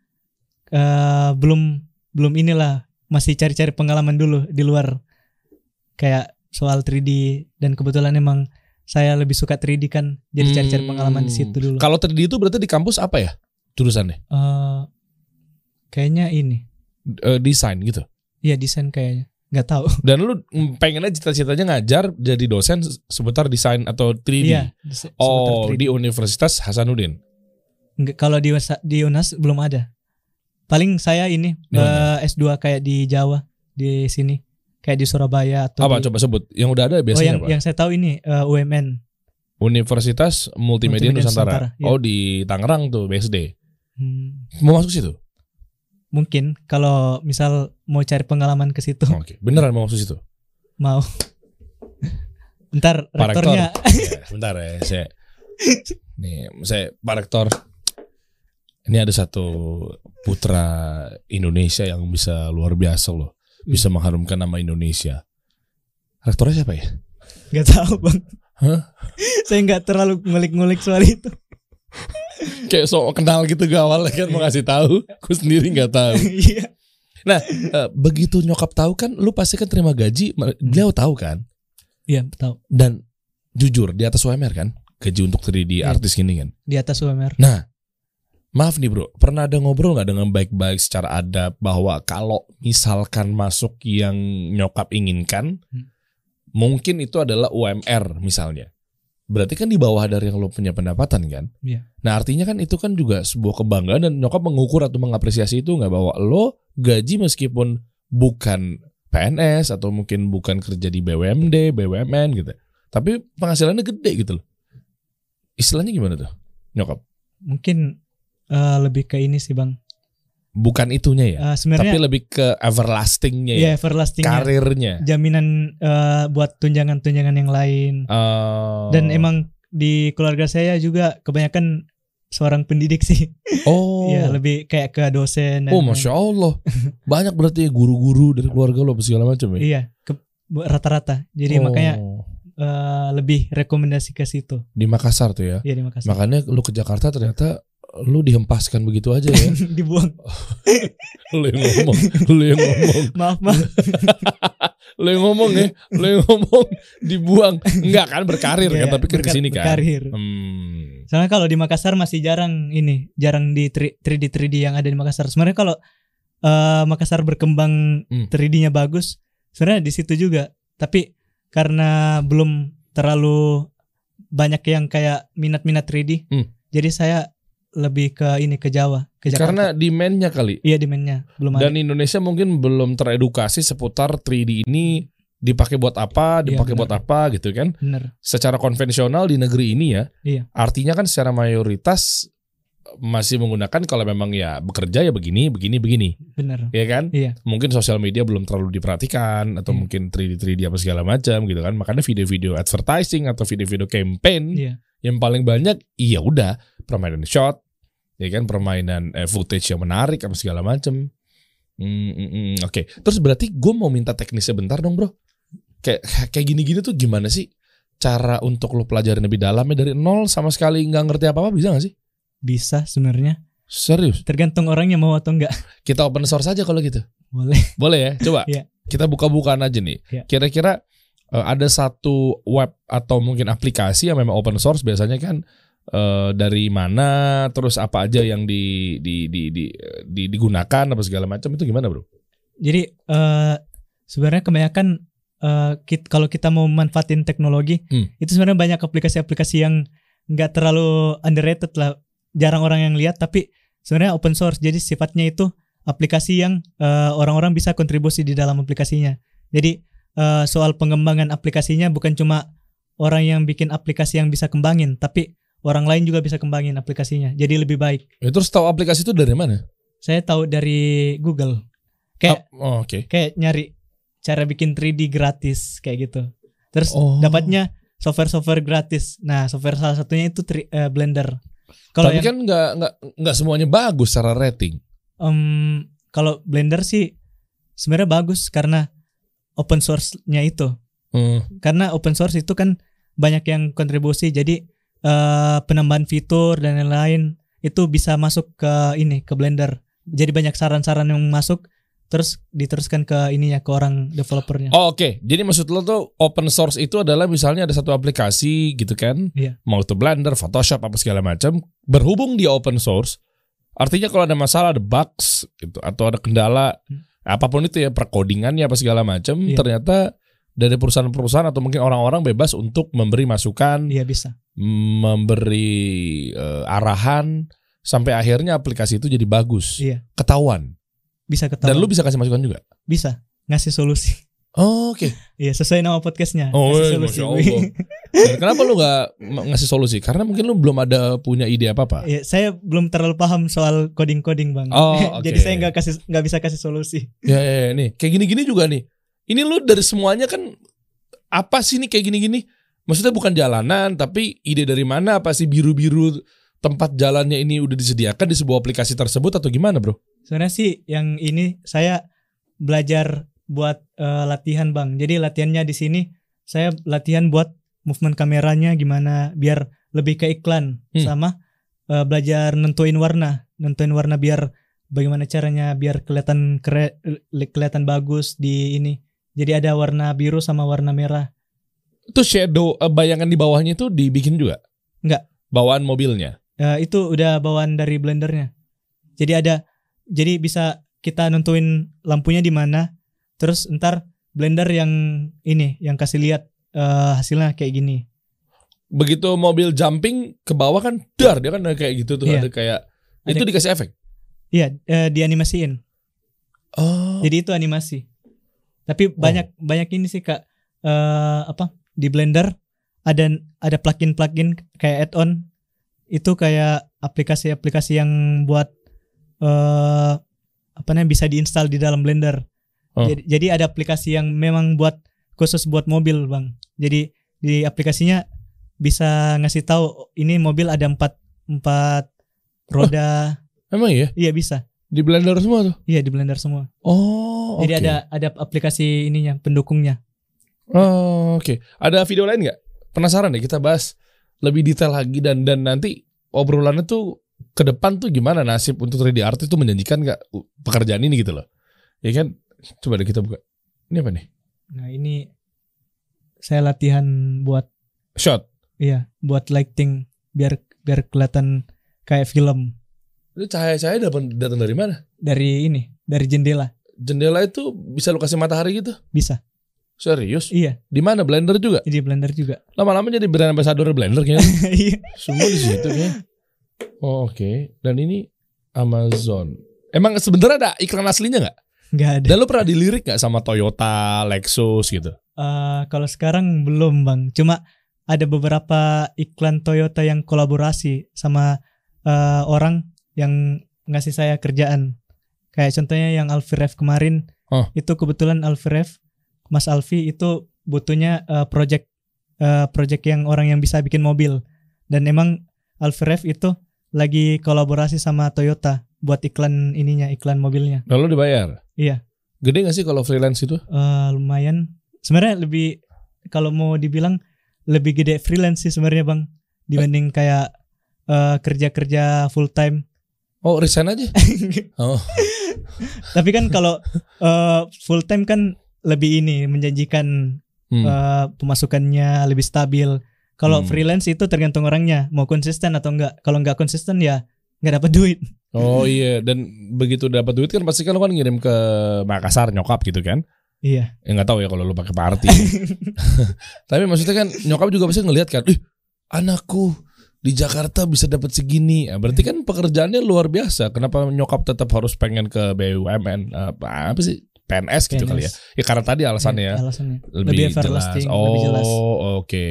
eh, belum belum inilah masih cari-cari pengalaman dulu di luar kayak soal tiga D dan kebetulan emang saya lebih suka tiga D kan jadi cari-cari Hmm. pengalaman di situ dulu. Kalau tiga D itu berarti di kampus apa ya jurusannya? Eh, kayaknya ini Eh, desain gitu. iya desain kayaknya nggak tahu. Dan lu pengennya cita-citanya ngajar jadi dosen seputar desain atau tiga D? Iya. des- seputar Oh, tiga D. di Universitas Hasanuddin. Nggak, kalau di Wasa- di UNAS belum ada. Paling saya ini Di mana? eh, S dua kayak di Jawa di sini kayak di Surabaya atau Apa di, coba sebut? Yang udah ada oh biasanya yang apa? yang saya tahu ini eh, U M N. Universitas Multimedia, Multimedia Nusantara. Nusantara, iya. Oh, di Tangerang tuh B S D. Hmm, Mau masuk situ? mungkin kalau misal mau cari pengalaman ke situ Oke, beneran mau masuk situ. mau. Ntar Pak Rektor. rektornya Ya, bentar ya, saya nih, saya Pak Rektor. Ini ada satu putra Indonesia yang bisa luar biasa loh, bisa mengharumkan nama Indonesia. Rektornya siapa ya? nggak tahu bang. Hah? Saya nggak terlalu ngulik-ngulik soal itu. Kayak sok kenal gitu gak awalnya kan mau ngasih tahu, aku sendiri nggak tahu. Iya. Nah, eh, begitu nyokap tahu kan, lu pasti kan terima gaji, beliau tahu kan? Iya tahu. Dan jujur di atas U M R kan, gaji untuk tiga D Iya. artis gini kan. Di atas U M R. Nah, maaf nih bro, pernah ada ngobrol nggak dengan baik-baik secara adab bahwa kalau misalkan masuk yang nyokap inginkan, Hmm. mungkin itu adalah U M R misalnya. berarti kan di bawah dari yang lo punya pendapatan kan. Iya. Nah artinya kan itu kan juga sebuah kebanggaan dan nyokap mengukur atau mengapresiasi itu nggak, bahwa lo gaji meskipun bukan P N S atau mungkin bukan kerja di B U M D, B U M N gitu, tapi penghasilannya gede gitu loh. Istilahnya gimana tuh nyokap? Mungkin uh, lebih ke ini sih bang. Bukan itunya ya, Uh, sebenarnya tapi lebih ke everlastingnya ya ya, everlastingnya, karirnya. jaminan uh, buat tunjangan-tunjangan yang lain. Oh. Dan emang di keluarga saya juga kebanyakan seorang pendidik sih. Oh. Ya lebih kayak ke dosen. Dan Oh masya Allah, banyak berarti ya guru-guru dari keluarga lo segala macam ya. Iya, ke, rata-rata. Jadi Oh. makanya uh, lebih rekomendasi ke situ. Di Makassar tuh ya. Iya di Makassar. Makanya lu ke Jakarta ternyata lu dihempaskan begitu aja ya. Dibuang. Lu yang ngomong, lu yang ngomong, Maaf maaf. lu yang ngomong ya, lu yang ngomong dibuang. Enggak kan berkarir Iya, kan, tapi kan berka- kesini kan. berkarir. Hmm. Soalnya kalau di Makassar masih jarang ini, jarang di tiga D tiga D yang ada di Makassar. Sebenarnya kalau uh, Makassar berkembang Hmm. tiga D-nya bagus, sebenarnya di situ juga. Tapi karena belum terlalu banyak yang kayak minat-minat tiga D, Hmm. jadi saya lebih ke ini ke Jawa, ke Jakarta. Karena demand-nya kali. Iya demand-nya belum ada. Dan Indonesia mungkin belum teredukasi seputar tiga D ini dipakai buat apa, Iya, dipakai benar. buat apa gitu kan. Bener. Secara konvensional di negeri ini ya. Iya. Artinya kan secara mayoritas masih menggunakan kalau memang ya bekerja ya begini, begini, begini. Bener. Ya kan? Iya. Mungkin sosial media belum terlalu diperhatikan atau Iya. mungkin tiga D tiga D apa segala macam gitu kan. Makanya video-video advertising atau video-video campaign Iya. yang paling banyak iya udah permainan shot, ya kan, permainan eh, footage yang menarik apa segala macam. Hmm, hmm, hmm, Oke, terus berarti gue mau minta teknisnya bentar dong bro. Kayak kayak gini-gini tuh gimana sih cara untuk lo pelajarin lebih dalamnya dari nol sama sekali nggak ngerti apa-apa, bisa nggak sih? Bisa sebenarnya. Serius? Tergantung orangnya mau atau enggak. Kita open source aja kalau gitu. Boleh. Boleh ya? Coba. Iya. Kita buka-bukaan aja nih. Iya. Kira-kira uh, ada satu web atau mungkin aplikasi yang memang open source biasanya kan uh, dari mana, terus apa aja yang di, di, di, di, di digunakan apa segala macam, itu gimana bro? Jadi uh, sebenarnya kebanyakan uh, kit, kalau kita mau manfaatin teknologi, Hmm. itu sebenarnya banyak aplikasi-aplikasi yang nggak terlalu underrated lah, jarang orang yang lihat, tapi sebenarnya open source. Jadi sifatnya itu aplikasi yang uh, orang-orang bisa kontribusi di dalam aplikasinya. Jadi uh, soal pengembangan aplikasinya bukan cuma orang yang bikin aplikasi yang bisa kembangin, tapi orang lain juga bisa kembangin aplikasinya. Jadi lebih baik. Ya, terus tahu aplikasi itu dari mana? Saya tahu dari Google. Kayak Oh, oke. kayak nyari cara bikin tiga D gratis kayak gitu. Terus Oh. dapatnya software-software gratis. Nah, software salah satunya itu tri, eh, Blender. Kalau Tapi yang kan nggak nggak nggak semuanya bagus secara rating. em, kalau Blender sih sebenarnya bagus karena open source-nya itu. Hmm. Karena open source itu kan banyak yang kontribusi. Jadi eh, penambahan fitur dan lain-lain itu bisa masuk ke ini, ke Blender. Jadi banyak saran-saran yang masuk terus diteruskan ke ininya, ke orang developernya. Oh, oke. Jadi maksud lo tuh open source itu adalah misalnya ada satu aplikasi gitu kan, Iya. mau itu Blender, Photoshop apa segala macam, berhubung dia open source, artinya kalau ada masalah, ada bugs gitu atau ada kendala Hmm. apapun itu ya, perkodingannya apa segala macam, Iya. ternyata dari perusahaan-perusahaan atau mungkin orang-orang bebas untuk memberi masukan, Iya bisa. memberi eh, arahan sampai akhirnya aplikasi itu jadi bagus, Iya, ketahuan. bisa ketahuan. Dan lu bisa kasih masukan juga. Bisa ngasih solusi. Oh, oke. Iya, sesuai nama podcastnya. Oh, ngasih iya, solusi. Masya Allah. Dan kenapa lu gak ngasih solusi? Karena mungkin lu belum ada punya ide apa-apa. Iya, saya belum terlalu paham soal coding-coding bang. Oh, oke. Jadi saya nggak kasih, nggak bisa kasih solusi. Ya, ya, ya, nih. Kayak gini-gini juga nih. Ini lu dari semuanya kan, apa sih nih kayak gini-gini? Maksudnya bukan jalanan, tapi ide dari mana? Apa sih biru-biru tempat jalannya ini udah disediakan di sebuah aplikasi tersebut atau gimana bro? Sebenarnya sih yang ini saya belajar buat eh, latihan bang. Jadi latihannya di sini saya latihan buat movement kameranya gimana biar lebih ke iklan, Hmm. sama eh, belajar nentuin warna, nentuin warna biar bagaimana caranya biar kelihatan keren, kelihatan bagus di ini. Jadi ada warna biru sama warna merah. Itu shadow, eh, bayangan di bawahnya itu dibikin juga? Enggak. Bawaan mobilnya? Eh, itu udah bawaan dari Blendernya. Jadi ada, jadi bisa kita nentuin lampunya di mana. Terus ntar Blender yang ini, yang kasih lihat eh, hasilnya kayak gini. begitu mobil jumping ke bawah kan dar dia kan kayak gitu tuh Iya. ada kayak Ada- itu dikasih efek. Iya, eh, dianimasiin. Oh. Jadi itu animasi. Tapi banyak banyak ini sih Kak, eh, apa di Blender ada ada plugin-plugin kayak add-on itu kayak aplikasi-aplikasi yang buat eh apa namanya bisa diinstal di dalam Blender. Oh. Jadi, jadi ada aplikasi yang memang buat khusus buat mobil, Bang. Jadi di aplikasinya bisa ngasih tahu ini mobil ada empat empat roda. Emang iya Iya bisa. di Blender semua tuh. Iya di Blender semua. Oh. Jadi oke. ada ada aplikasi ininya pendukungnya. Oh, oke. Ada video lain nggak? Penasaran deh kita bahas lebih detail lagi dan dan nanti obrolannya tuh ke depan tuh gimana nasib untuk tiga D artist itu menjanjikan nggak uh, pekerjaan ini gitu loh. Ya kan? Coba deh kita buka. Ini apa nih? Nah ini saya latihan buat Shot. iya buat lighting biar biar kelihatan kayak film Itu cahaya-cahaya datang datang dari mana? dari ini dari jendela Jendela itu bisa lu kasih matahari gitu? bisa. Serius? Iya Di mana? Blender juga? di Blender juga. Lama-lama jadi brand ambassador Blender kayaknya. Iya. Semua di situ kayaknya. Oh, oke. Dan ini Amazon. Emang sebenarnya ada iklan aslinya nggak? Nggak ada. Dan lu pernah dilirik nggak sama Toyota, Lexus gitu? Eh, kalau sekarang belum Bang. Cuma ada beberapa iklan Toyota yang kolaborasi sama eh, orang yang ngasih saya kerjaan. Kayak contohnya yang Alfirev kemarin. Oh. Itu kebetulan Alfirev, Mas Alfi itu butuhnya eh, project eh, project yang orang yang bisa bikin mobil. Dan emang Alfirev itu lagi kolaborasi sama Toyota buat iklan ininya, iklan mobilnya. Lalu dibayar? Iya. Gede gak sih kalau freelance itu? Eh, lumayan. Sebenarnya lebih kalau mau dibilang lebih gede freelance sih sebenarnya Bang dibanding kayak eh, kerja-kerja full time. Oh, resign aja? Oh, Tapi kan kalau eh, full time kan lebih ini menjanjikan hmm. eh, pemasukannya lebih stabil. Kalau Hmm. freelance itu tergantung orangnya mau konsisten atau enggak. Kalau enggak konsisten ya enggak dapat duit. Oh iya. Dan begitu dapat duit kan pasti kan lu kan ngirim ke Makassar nyokap gitu kan? Iya. Ya nggak tahu ya kalau lu pakai party. Tapi maksudnya kan nyokap juga pasti ngelihat kan, ih anakku di Jakarta bisa dapat segini. Ya, berarti kan pekerjaannya luar biasa. Kenapa nyokap tetap harus pengen ke B U M N? Apa, apa sih? P N S gitu P N S. kali ya. Ya karena tadi alasannya ya. Iya, alasannya. Lebih, Lebih jelas. everlasting, Oh, lebih jelas. oke.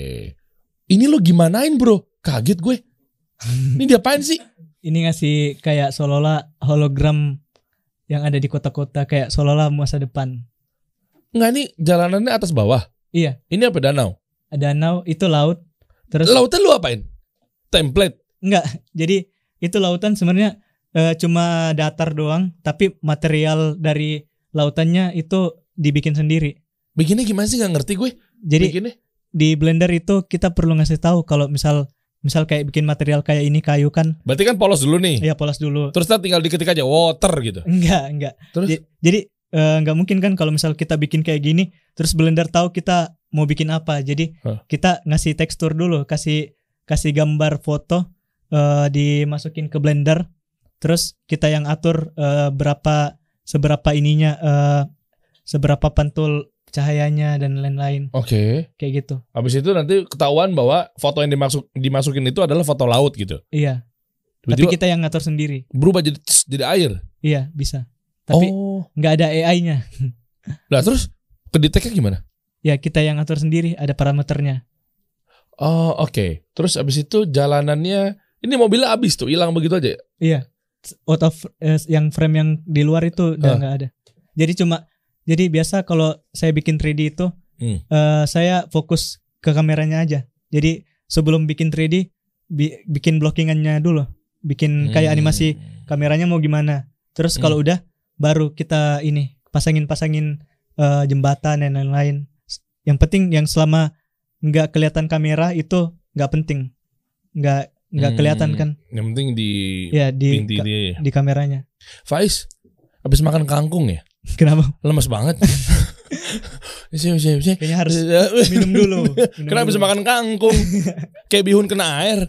Ini lo gimanain bro? Kaget gue. Ini diapain sih? Ini ngasih kayak seolah-olah hologram yang ada di kota-kota kayak seolah-olah masa depan. Enggak, ini jalanannya atas bawah. Iya, Ini apa danau? danau itu laut. Terus Lautan lu apain? Template. enggak. Jadi itu lautan sebenarnya eh, cuma datar doang, tapi material dari lautannya itu dibikin sendiri. Bikinnya gimana sih? Gak ngerti gue. Jadi Bikinnya. di Blender itu kita perlu ngasih tahu kalau misal misal kayak bikin material kayak ini kayu kan, Berarti kan polos dulu nih. ya polos dulu. Terus ntar tinggal diketik aja water gitu. Enggak, enggak. Terus? J- Jadi eh, nggak mungkin kan kalau misal kita bikin kayak gini, terus Blender tahu kita mau bikin apa. Jadi Hah. kita ngasih tekstur dulu, kasih kasih gambar foto, eh, dimasukin ke Blender, terus kita yang atur eh, berapa seberapa ininya, eh, seberapa pantul cahayanya dan lain-lain Oke. kayak gitu. Habis itu nanti ketahuan bahwa foto yang dimasuk dimasukin itu adalah foto laut gitu. Iya. Tapi Tiba-tiba kita yang ngatur sendiri. berubah jadi tss, jadi air. Iya bisa. Tapi oh. nggak ada A I-nya. Nah terus kedeteknya gimana? Ya kita yang ngatur sendiri, ada parameternya. Oh oke. Terus abis itu jalanannya ini mobilnya abis tuh hilang begitu aja. Iya. Out of eh, yang frame yang di luar itu udah Ah. nggak ada. Jadi cuma jadi biasa kalau saya bikin tiga D itu Hmm. eh, saya fokus ke kameranya aja. Jadi sebelum bikin tiga D bi- bikin blockingannya dulu. Bikin kayak Hmm. animasi kameranya mau gimana. Terus Hmm. kalau udah baru kita ini pasangin-pasangin eh, jembatan dan lain-lain. Yang penting yang selama nggak kelihatan kamera itu nggak penting. Nggak nggak Hmm. kelihatan kan. Yang penting di Ya di inti ka- dia. di kameranya. Faiz abis makan kangkung ya? Kenapa? Lemes banget. Bisa, bisa, bisa. Kayaknya harus minum dulu. Minum Kenapa dulu. bisa makan kangkung? Kayak bihun kena air.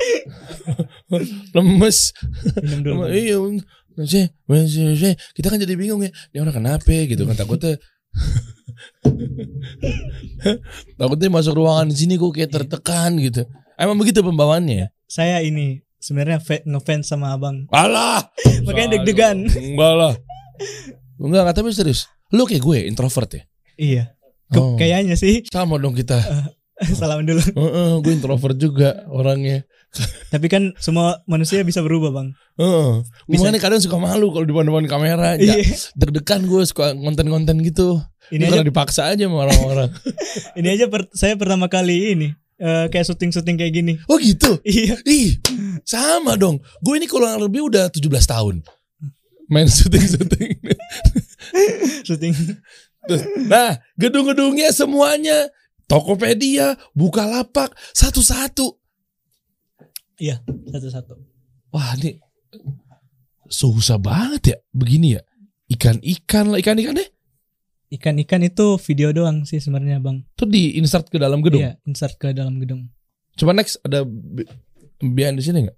Lemes. Minum dulu. Iya. Bisa, bisa, bisa. Kita kan jadi bingung ya. Ini orang kenapa gitu kan takutnya. Takutnya masuk ruangan di sini kok kayak tertekan gitu. Emang begitu pembawaannya ya? Saya ini sebenarnya fe- ngefans sama abang. Alah, Makanya deg-degan. Enggak lah. Enggak, enggak, tapi serius. Lu kayak gue introvert ya? Iya. Ke- Oh. Kayaknya sih. Sama dong kita. Salam dulu. Heeh, gue introvert juga orangnya. Tapi kan semua manusia bisa berubah, Bang. Heeh. Bisa. Makanya kadang suka malu kalau di depan-depan kamera. Ya, Iya. deg-degan gue suka konten-konten gitu. Ini Karena aja dipaksa aja sama orang-orang. ini aja per- saya pertama kali ini eh, kayak syuting-syuting kayak gini. Oh gitu? Iya. Ih, sama dong. Gue ini kurang lebih udah tujuh belas tahun main syuting-syuting. Syuting. Terus, nah, gedung-gedungnya semuanya Tokopedia, Bukalapak, satu-satu. Iya, satu-satu. Wah, ini susah banget ya begini ya. Ikan-ikan lah, ikan-ikan deh. Ikan-ikan itu video doang sih sebenarnya, Bang. Tuh di insert ke dalam gedung. Iya, insert ke dalam gedung. Coba next ada be- behind di sini nggak?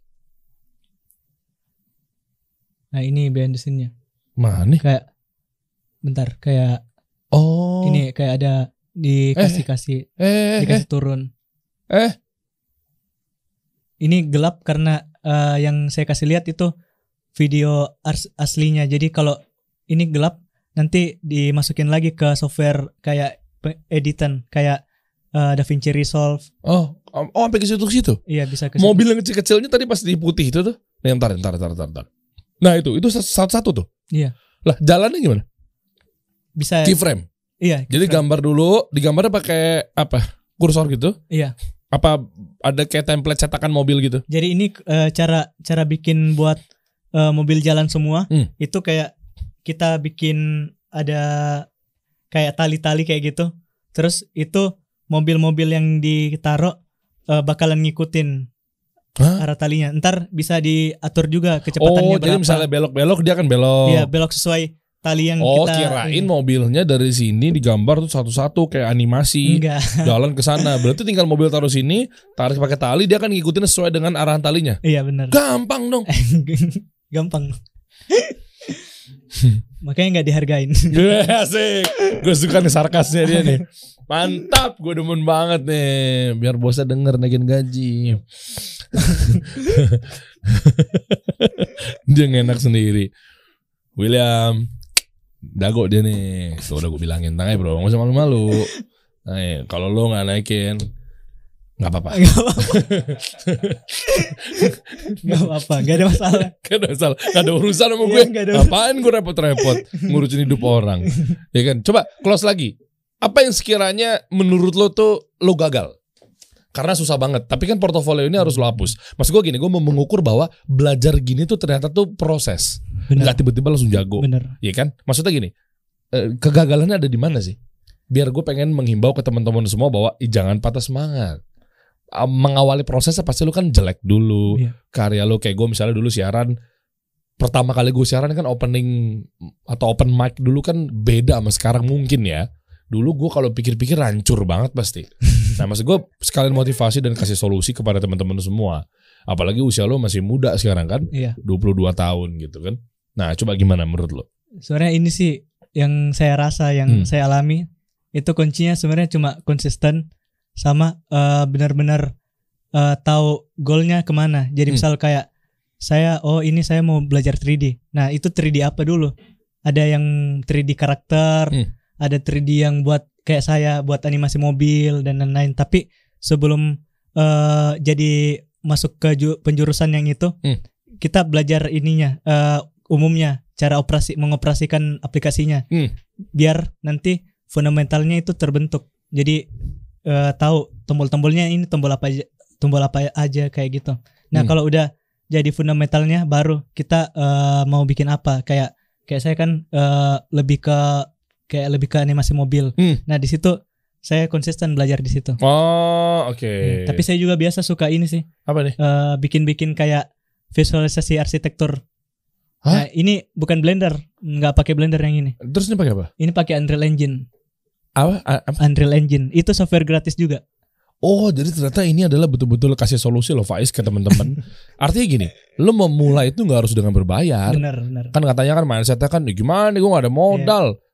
Nah, ini behind the scene-nya. Mana? Kayak bentar, kayak Oh, ini kayak ada dikasih-kasih, eh, eh, dikasih turun. eh, Ini gelap karena eh, yang saya kasih lihat itu video ars- aslinya. Jadi kalau ini gelap nanti dimasukin lagi ke software kayak pe- editan kayak eh, DaVinci Resolve. oh, oh, sampai ke situ-situ. Iya, bisa ke situ. Mobil yang kecil-kecilnya tadi pas di putih itu tuh. Nih, ntar, ntar, ntar, ntar, ntar. Nah itu, itu satu-satu tuh. Iya. Lah jalannya gimana? Bisa. Keyframe. Iya. Jadi keyframe. gambar dulu, digambarnya pakai apa? Kursor gitu? Iya. Apa ada kayak template cetakan mobil gitu? Jadi ini eh, cara cara bikin buat eh, mobil jalan semua Hmm. itu kayak kita bikin ada kayak tali-tali kayak gitu. Terus itu mobil-mobil yang ditaruh eh, bakalan ngikutin Hah? arah talinya. Ntar bisa diatur juga kecepatannya Oh, jadi berapa. misalnya belok-belok dia akan belok. Iya, belok sesuai tali yang Oh, kita kirain ini. mobilnya dari sini digambar tuh satu-satu kayak animasi. Enggak. Jalan ke sana. Berarti tinggal mobil taruh sini, tarik pakai tali, dia akan ngikutin sesuai dengan arahan talinya. Iya, benar. Gampang dong. Gampang. Makanya nggak dihargain. Asik. Gue suka nih sarkasnya dia nih. Mantap, gue demen banget nih. Biar bosnya denger naikin gaji. Dia ngenak sendiri. William, dago dia nih. Tuh udah gue bilangin, tangai bro, gak usah malu-malu. Nah, kalau lo gak naikin, gak apa-apa. Gak apa-apa. Gak apa-apa. Gak ada masalah. Gak ada masalah, gak ada urusan sama Iya, gue. nggak ada urusan. Apaan gue repot-repot ngurusin hidup orang. Ya kan, coba close lagi. Apa yang sekiranya menurut lo tuh lo gagal? Karena susah banget. Tapi kan portofolio ini harus lo hapus. Maksud gue gini, gue mau mengukur bahwa belajar gini tuh ternyata tuh proses. Bener. Gak tiba-tiba langsung jago. Bener. Iya kan? Maksudnya gini, eh, kegagalannya ada di mana sih? Biar gue pengen menghimbau ke teman-teman semua bahwa ih, jangan patah semangat. Ah, mengawali prosesnya pasti lu kan jelek dulu. Iya. Karya lu kayak gue misalnya dulu siaran, pertama kali gue siaran kan opening atau open mic dulu kan beda sama sekarang mungkin ya. Dulu gue kalau pikir-pikir hancur banget pasti. Nah maksud gue sekalian motivasi dan kasih solusi kepada teman-teman semua. Apalagi usia lo masih muda sekarang kan, Iya. dua puluh dua tahun gitu kan. Nah coba gimana menurut lo? Sebenarnya ini sih yang saya rasa, yang Hmm. saya alami itu kuncinya sebenarnya cuma konsisten sama eh, benar-benar eh, tahu goalnya kemana. Jadi Hmm. misal kayak saya, oh ini saya mau belajar tiga D. Nah itu tiga D apa dulu? Ada yang tiga D karakter, Hmm. ada tiga D yang buat kayak saya buat animasi mobil dan lain-lain. Tapi sebelum eh, jadi masuk ke ju- penjurusan yang itu, Hmm. kita belajar ininya, eh, umumnya cara operasi mengoperasikan aplikasinya, Hmm. biar nanti fundamentalnya itu terbentuk. Jadi eh, tahu tombol-tombolnya ini tombol apa aja, tombol apa aja kayak gitu. Nah Hmm. kalau udah jadi fundamentalnya, baru kita eh, mau bikin apa. Kayak kayak saya kan eh, lebih ke kayak lebih ke animasi mobil. Hmm. Nah di situ saya konsisten belajar di situ. Oh oke. Ya, tapi saya juga biasa suka ini sih, Apa nih? eh, bikin-bikin kayak visualisasi arsitektur. Hah? Nah ini bukan Blender, nggak pakai Blender yang ini. Terus ini pakai apa? Ini pakai Unreal Engine. Apa? A- apa? Unreal Engine itu software gratis juga. Oh jadi ternyata ini adalah betul-betul kasih solusi lo Faiz ke teman-teman. Artinya gini, lo memulai itu nggak harus dengan berbayar. Benar, benar. Kan katanya kan mindsetnya kan, "Ih, gimana gue gak ada modal."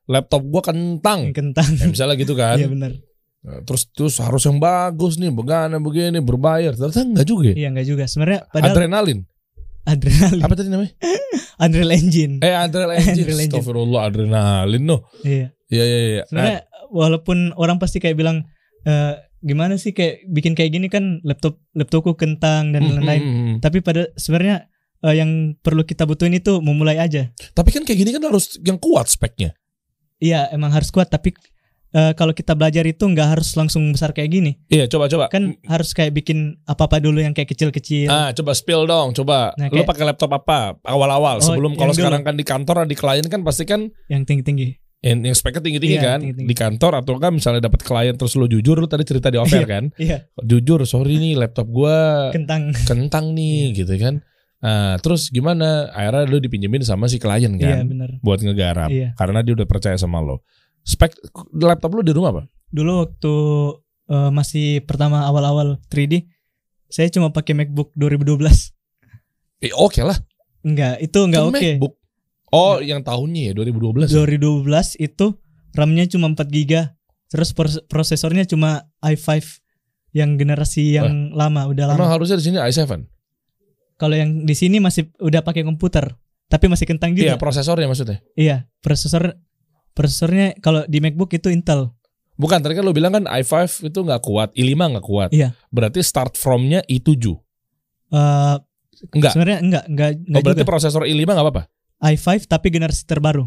laptop gua kentang. Kentang. Ya, misalnya gitu kan. Iya benar. Terus terus harus yang bagus nih, begana begini berbayar. Ternyata enggak juga. Iya enggak juga. Sebenarnya padahal adrenalin. Adrenalin. Apa tadi namanya? Unreal Engine. Eh Unreal Engine. Unreal Engine. Astagfirullah, adrenalin no. Iya. Iya iya iya. Sebenarnya walaupun orang pasti kayak bilang e, gimana sih kayak bikin kayak gini kan laptop laptopku kentang dan Hmm, lain-lain. hmm, hmm. Tapi pada sebenarnya eh, yang perlu kita butuhin itu memulai aja. Tapi kan kayak gini kan harus yang kuat speknya. Iya emang harus kuat tapi eh, kalau kita belajar itu nggak harus langsung besar kayak gini. Iya coba coba. Kan harus kayak bikin apa-apa dulu yang kayak kecil-kecil. Ah coba spill dong coba. Nah, Lu kayak- pakai laptop apa awal-awal Oh, sebelum yang kalau dulu. sekarang kan di kantor di klien kan pasti kan Yang tinggi-tinggi. yang, yang speknya tinggi-tinggi Iya, kan tinggi-tinggi. di kantor atau kan misalnya dapat klien terus lu jujur lu tadi cerita di offer kan. Iya. Jujur sorry nih laptop gua Kentang. kentang nih gitu kan. Nah, terus gimana? Akhirnya lu dipinjemin sama si klien Iya kan benar. buat ngegarap Iya. karena dia udah percaya sama lo. Spek laptop lu di rumah apa? Dulu waktu eh, masih pertama awal-awal tiga D, saya cuma pakai MacBook dua ribu dua belas. Eh, oke lah. Enggak, itu enggak Kan oke. MacBook. Oh, yang tahunnya ya dua ribu dua belas. dua ribu dua belas itu RAM-nya cuma empat giga. Terus pros- prosesornya cuma i lima yang generasi yang lama, udah Emang lama. harusnya di sini i tujuh. Kalau yang di sini masih udah pakai komputer, tapi masih kentang Iya, juga. prosesornya maksudnya. Iya, prosesor prosesornya kalau di MacBook itu Intel. Bukan, tadi kan lu bilang kan i lima itu nggak kuat, i lima nggak kuat. Iya. Berarti start from-nya i tujuh. Eh Enggak. sebenarnya enggak, enggak, Oh, enggak berarti juga. prosesor i lima nggak apa-apa. i lima tapi generasi terbaru.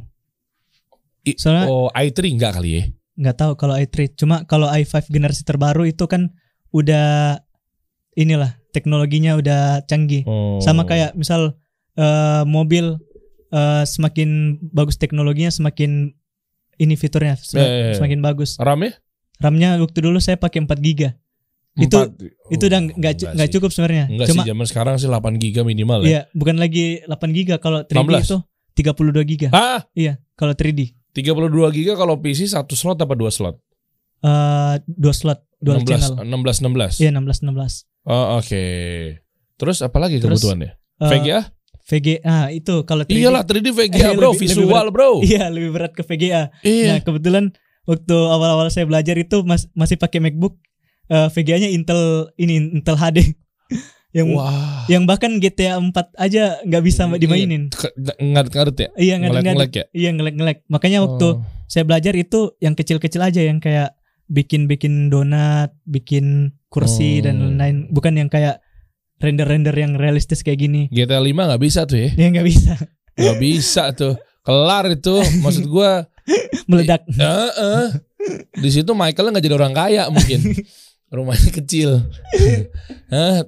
I- Soalnya- oh, i tiga nggak kali ya? Nggak tahu kalau i tiga. Cuma kalau i lima generasi terbaru itu kan udah inilah teknologinya udah canggih. Oh. Sama kayak misal eh, mobil eh, semakin bagus teknologinya semakin ini fiturnya sem- Ya, ya, ya. semakin bagus. RAM-nya? RAM-nya waktu dulu saya pakai empat giga. Itu- Empat. Itu udah nggak cu- enggak nggak sih. cukup sebenarnya. Enggak Cuma sih, zaman sekarang sih delapan giga minimal ya. iya, bukan lagi delapan giga kalau tiga enam D belas. itu tiga puluh dua giga. Ah, Iya, kalau tiga D. tiga puluh dua giga kalau P C satu slot apa dua slot? Eh dua slot, dua enam belas, channel. enam belas enam belas. Iya, enam belas enam belas. Oh, oke. Terus apa lagi Terus, kebutuhannya? Eh, V G A? V G A itu kalau tiga D. Iyalah tiga D V G A bro, Lebih- lebih visual berat. bro. Iya, lebih berat ke V G A. Nah, Iya. kebetulan waktu awal-awal saya belajar itu mas- masih pakai MacBook, eh, V G A-nya Intel ini Intel H D. yang Wah. yang bahkan G T A empat aja nggak bisa dimainin. Ngaret-ngaret ya? Iya, nggak Ngelek-ngelek ya? Iya, ngelek-ngelek. Makanya waktu Oh. saya belajar itu yang kecil-kecil aja yang kayak bikin-bikin donat, bikin kursi Oh. dan lain-lain, bukan yang kayak render-render yang realistis kayak gini. G T A lima gak bisa tuh ya? Ya nggak bisa Gak bisa tuh. Kelar itu. Maksud gua meledak. Heeh. Di situ Michael nggak jadi orang kaya mungkin. Rumahnya kecil. Hah?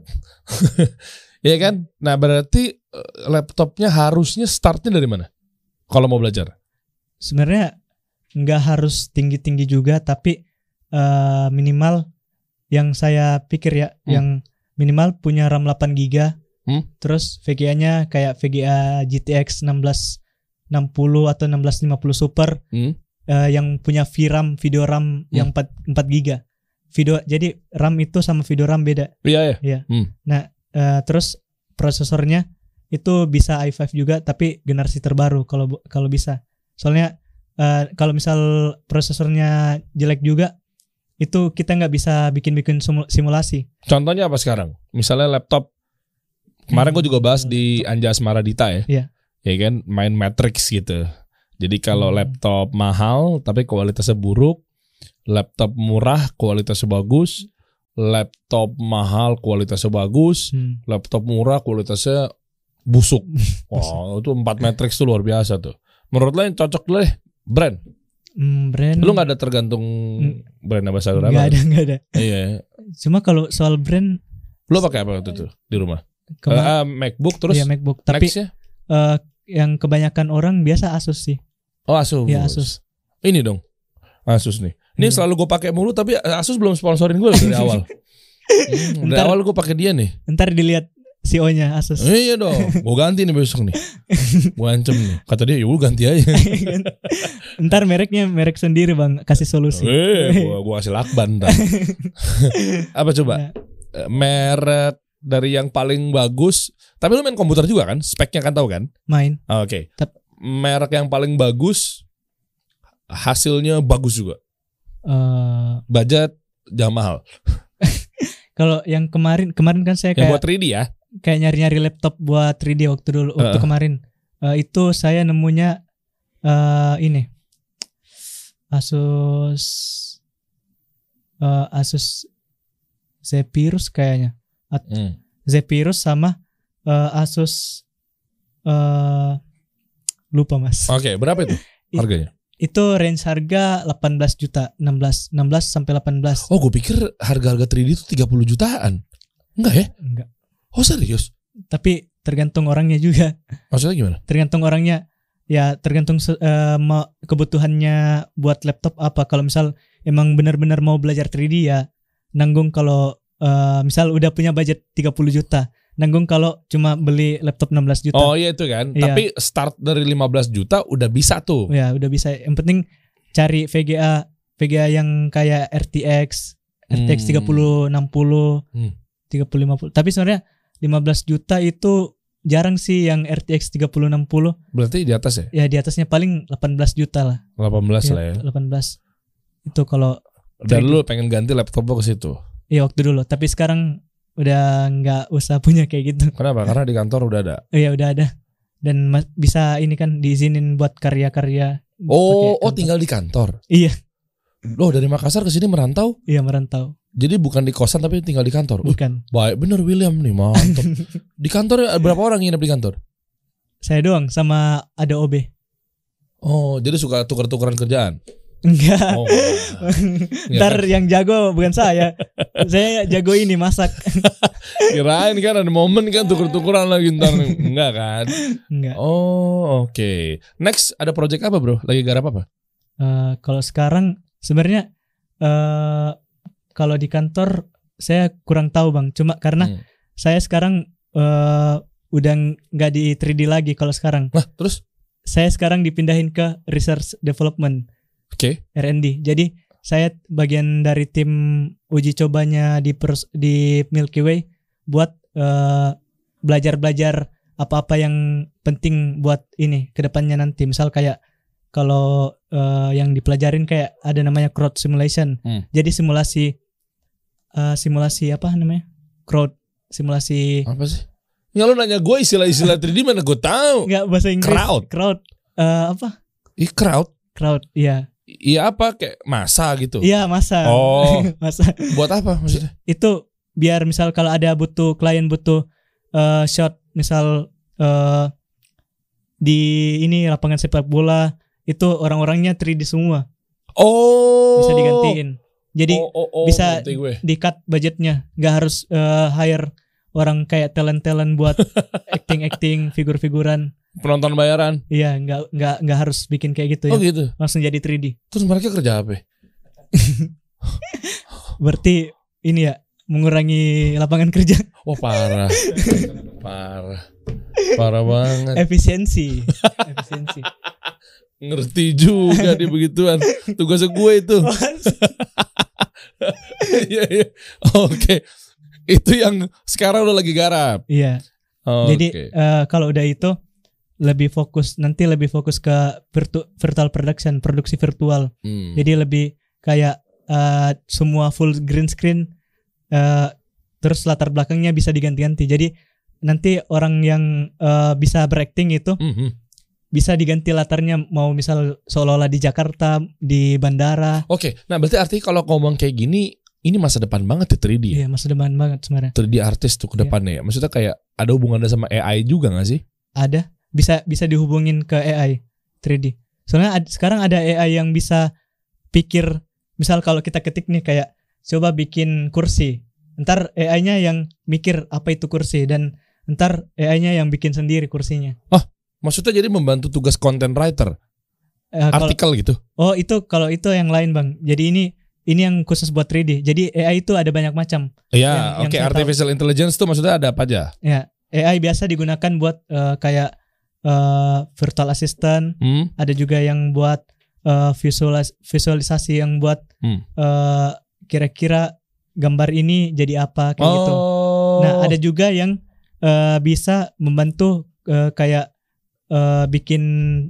Iya kan? Nah berarti eh, laptopnya harusnya startnya dari mana? Kalau mau belajar? Sebenarnya nggak harus tinggi-tinggi juga, tapi eh, minimal yang saya pikir ya, Hmm. yang minimal punya RAM delapan giga, Hmm. terus V G A-nya kayak V G A G T X enam belas enam puluh atau enam belas lima puluh Super, Hmm? eh, yang punya V RAM, video RAM yang empat empat giga. Video, jadi RAM itu sama video RAM beda. Iya ya. Eh, terus prosesornya itu bisa i lima juga, tapi generasi terbaru kalau bu- kalau bisa. Soalnya eh, kalau misal prosesornya jelek juga, itu kita nggak bisa bikin-bikin simu- simulasi. Contohnya apa sekarang? Misalnya laptop. Kemarin gue juga bahas di Anjas Maradita ya. Iya. Ya kan main Matrix gitu. Jadi kalau Hmm. laptop mahal tapi kualitasnya buruk, laptop murah kualitasnya bagus, laptop mahal kualitasnya bagus, Hmm. laptop murah kualitasnya busuk. Wah, itu empat Matrix tuh luar biasa tuh. Menurut lo yang cocok dulu deh brand. Hmm, brand Lu nggak ada tergantung brand ambassador apa? nggak ada nggak ada. Iya. Cuma kalau soal brand, Lu pakai apa waktu itu di rumah? kema- Eh, eh, MacBook terus ya MacBook. Tapi Nextnya? eh, yang kebanyakan orang biasa Asus sih. Oh Asus. Ya, Asus. Ini dong. Asus nih. Ini Iya. selalu gue pakai mulu tapi Asus belum sponsorin gue dari awal. Hmm, dari Ntar- awal gue pakai dia nih. Ntar dilihat C E O-nya Asus. Eh, iya dong. Gue ganti nih besok nih. Gue ancam nih. Kata dia, "Yuk ganti aja." Ntar mereknya merek sendiri bang, kasih solusi. Eh, gue gue kasih lakban ntar. Apa coba? Nah, Eh, Merek dari yang paling bagus. Tapi lu main komputer juga kan? Speknya kan tahu kan? main. Ah, Oke. Tep- Merek yang paling bagus hasilnya bagus juga. Eh, Budget jangan mahal. kalau yang kemarin kemarin kan saya Yang kayak buat tiga D ya. kayak nyari-nyari laptop buat tiga D waktu dulu waktu Uh. kemarin. Eh, itu saya nemunya eh ini Asus eh, Asus Zephyrus kayaknya. At- Hmm. Zephyrus sama eh, Asus eh lupa Mas. Oke, berapa itu harganya? Itu range harga delapan belas juta, enam belas enam belas sampai delapan belas. Oh, gue pikir harga-harga tiga D itu tiga puluh jutaan. Enggak ya? Enggak. Oh, serius? Tapi tergantung orangnya juga. Maksudnya gimana? Tergantung orangnya. Ya tergantung se- eh, mau kebutuhannya buat laptop apa. Kalau misal emang benar-benar mau belajar tiga D ya nanggung. Kalau eh, misal udah punya budget tiga puluh juta, nanggung kalau cuma beli laptop enam belas juta. Oh iya itu kan. Iya. Tapi start dari lima belas juta udah bisa tuh. Ya udah bisa. Yang penting cari V G A V G A yang kayak R T X R T X Hmm. tiga puluh enam puluh Hmm. tiga puluh lima puluh. Tapi sebenarnya lima belas juta itu jarang sih yang R T X tiga puluh enam puluh. Berarti di atas ya? Ya di atasnya paling delapan belas juta lah. delapan belas Ya, lah ya. delapan belas. Itu kalau Dan lu pengen ganti laptop lo ke situ. iya waktu dulu. Tapi sekarang udah nggak usah punya kayak gitu. Kenapa? Karena di kantor udah ada. Iya udah ada. Dan mas- bisa ini kan diizinin buat karya-karya. Oh, pakai oh kantor. tinggal di kantor. Iya. Lo dari Makassar ke sini merantau? Iya merantau. Jadi bukan di kosan tapi tinggal di kantor. Uh, Bukan. baik bener William nih, mantap. Di kantor berapa orang yang nginep di kantor? Saya doang sama ada O B. Oh, jadi suka tukar-tukaran kerjaan. Enggak. Oh. Ya Ntar kan? yang jago bukan saya. Saya jago ini masak. Kirain kan ada momen kan tuker-tukeran lagi ntar. Enggak kan? Enggak. Oh, oke. Next ada project apa, Bro? Lagi garap apa? Eh, kalau sekarang sebenarnya eh kalau di kantor saya kurang tahu Bang. Cuma karena Hmm. saya sekarang eh udah nggak di tiga D lagi kalau sekarang. Nah, terus Saya sekarang dipindahin ke research development oke. R and D. Jadi saya bagian dari tim uji cobanya di pers- di Milky Way buat eh, belajar-belajar apa-apa yang penting buat ini kedepannya nanti. Misal kayak kalau eh, yang dipelajarin kayak ada namanya crowd simulation. Hmm. Jadi simulasi eh, simulasi apa namanya? Crowd simulasi Apa sih? Ya lu nanya gue istilah-istilah tiga D mana gue tahu. enggak bahasa Inggris. Crowd. Crowd. Eh, apa? Ih, crowd. Crowd. Iya. Iya apa kayak masa gitu. Iya, masa. Oh. Masa. Buat apa maksudnya? Itu biar misal kalau ada butuh klien butuh eh, shot misal eh, di ini lapangan sepak bola itu orang-orangnya tiga D semua Oh. bisa digantiin. Jadi oh, oh, oh, bisa ngerti gue. di cut budgetnya, nggak harus eh, hire orang kayak talent-talent buat acting-acting figur-figuran. Penonton bayaran. Iya, nggak nggak nggak harus bikin kayak gitu Oh ya. gitu. Langsung jadi tiga D. Terus mereka kerja apa? Berarti ini ya mengurangi lapangan kerja. Wah parah. Parah. Parah banget. Efisiensi. Efisiensi. Ngerti juga di begituan. Tugasnya gue itu. Iya, iya. Oke. Itu yang sekarang udah lagi garap. Iya. Oke. Jadi eh, kalau udah itu lebih fokus nanti lebih fokus ke virtu- virtual production, produksi virtual. Hmm. Jadi lebih kayak eh, semua full green screen eh, terus latar belakangnya bisa diganti-ganti. Jadi nanti orang yang eh, bisa berakting itu Mhm. bisa diganti latarnya mau misal seolah-olah di Jakarta, di bandara. Oke. Nah berarti artinya kalau ngomong kayak gini, ini masa depan banget ya tiga D ya? Iya, masa depan banget sebenarnya. tiga D artis tuh ke depannya ya. Maksudnya kayak ada hubungannya sama A I juga gak sih? Ada bisa bisa dihubungin ke A I tiga D. Soalnya ad- sekarang ada A I yang bisa pikir, misal kalau kita ketik nih kayak coba bikin kursi, ntar A I-nya yang mikir apa itu kursi dan ntar A I-nya yang bikin sendiri kursinya. Maksudnya jadi membantu tugas content writer, Eh, kalau- artikel gitu. oh itu kalau itu yang lain Bang. Jadi ini ini yang khusus buat tiga D. Jadi A I itu ada banyak macam. Iya, Yang- yang oke. saya Artificial intelligence tuh maksudnya ada apa aja? Ya, A I biasa digunakan buat eh, kayak eh, virtual assistant. Hmm? Ada juga yang buat eh, visualis- visualisasi yang buat Hmm. eh, kira-kira gambar ini jadi apa kayak gitu. Oh. Nah, ada juga yang eh, bisa membantu eh, kayak eh, bikin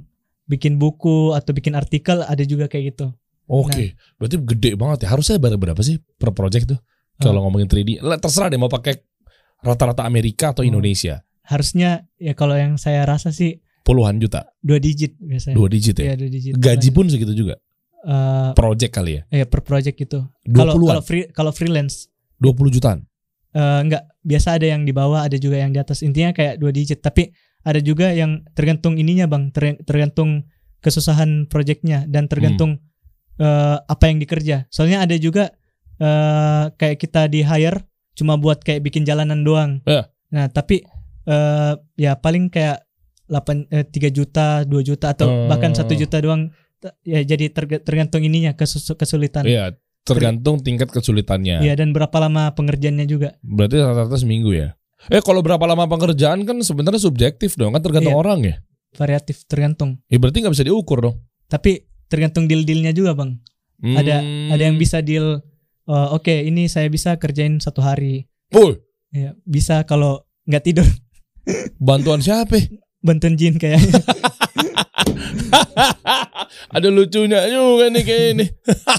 bikin buku atau bikin artikel ada juga kayak gitu. Oke, berarti gede banget ya. Harusnya bayar berapa sih per project tuh? Kalau Oh. ngomongin tiga D, lah, terserah deh mau pakai rata-rata Amerika atau Oh. Indonesia. Harusnya ya kalau yang saya rasa sih Puluhan juta, dua digit biasanya. dua digit ya. Iya, dua digit. Gaji pun segitu juga. Eh, Project kali ya. ya per project gitu. dua Kalau puluhan, kalau free kalau freelance dua puluh jutaan. eh, enggak, biasa ada yang di bawah, ada juga yang di atas. Intinya kayak dua digit, tapi ada juga yang tergantung ininya, Bang. Ter- tergantung kesusahan projectnya dan tergantung eh, apa yang dikerja. Soalnya ada juga eh, kayak kita di hire cuma buat kayak bikin jalanan doang. Ya. Nah, tapi eh, ya paling kayak delapan eh, tiga juta, dua juta atau Oh. bahkan satu juta doang. T- Ya jadi terg- tergantung ininya kesus- kesulitan. Iya, tergantung tingkat kesulitannya. Iya, dan berapa lama pengerjaannya juga. Berarti rata-rata seminggu ya. Eh kalau berapa lama pengerjaan kan sebenarnya subjektif dong, kan tergantung Iya. orang ya. Variatif, tergantung. Ya berarti nggak bisa diukur dong. Tapi tergantung deal-dealnya juga, Bang. Ada Hmm. ada yang bisa deal oh, oke, ini saya bisa kerjain satu hari. Woi, Ya, bisa kalau nggak tidur. bantuan siapa? Bantuan jin kayaknya. Ada lucunya juga nih kayak ini.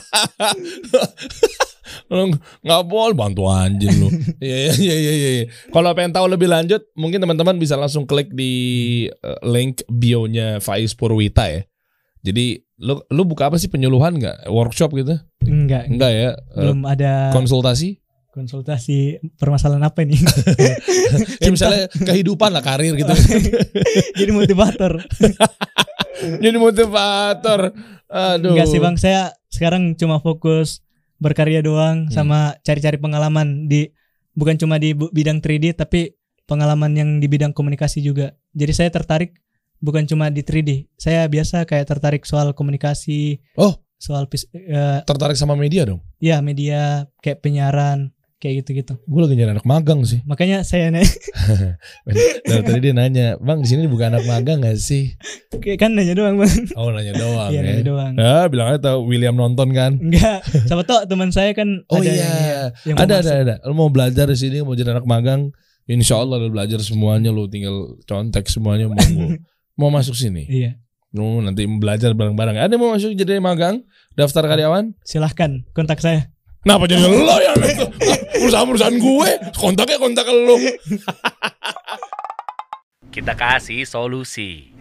Nggak boleh bantu anjing lu. Iya iya iya iya. iya. Kalau pengen tahu lebih lanjut, mungkin teman-teman bisa langsung klik di uh, link bio-nya Faiz Purwita ya. Jadi lu lu buka apa sih, penyuluhan nggak? Workshop gitu? Enggak, Enggak ya. Uh, belum ada konsultasi? konsultasi permasalahan apa ini. Ya misalnya kehidupan lah, karir gitu. Jadi motivator. Jadi motivator. Aduh. Enggak sih, Bang, saya sekarang cuma fokus berkarya doang, Hmm. sama cari-cari pengalaman di bukan cuma di bu- bidang tiga D tapi pengalaman yang di bidang komunikasi juga. Jadi saya tertarik bukan cuma di tiga D. Saya biasa kayak tertarik soal komunikasi, Oh, soal pis- eh, tertarik sama media dong. ya media, kayak penyiaran, kayak gitu-gitu. Gue lagi nyari anak magang sih. Makanya saya nanya, Nah, tadi dia nanya, "Bang, di sini bukan anak magang gak sih?" kayak kan nanya doang, Bang. Oh, nanya doang Iya, ya. nanya doang. Ya, bilang aja tahu William nonton kan. Enggak, siapa tahu teman saya kan Oh ada iya, yang, yang mau ada masuk. ada ada. Lu mau belajar di sini, mau jadi anak magang, insya Allah lu belajar semuanya, lu tinggal contek semuanya mau mau masuk sini. Iya, Lu nanti belajar bareng-bareng. Ada yang mau masuk jadi magang, daftar karyawan? silahkan kontak saya. Kenapa jadi lo yang itu? Perusahaan-perusahaan gue, kontaknya kontak lo. Kita kasih solusi.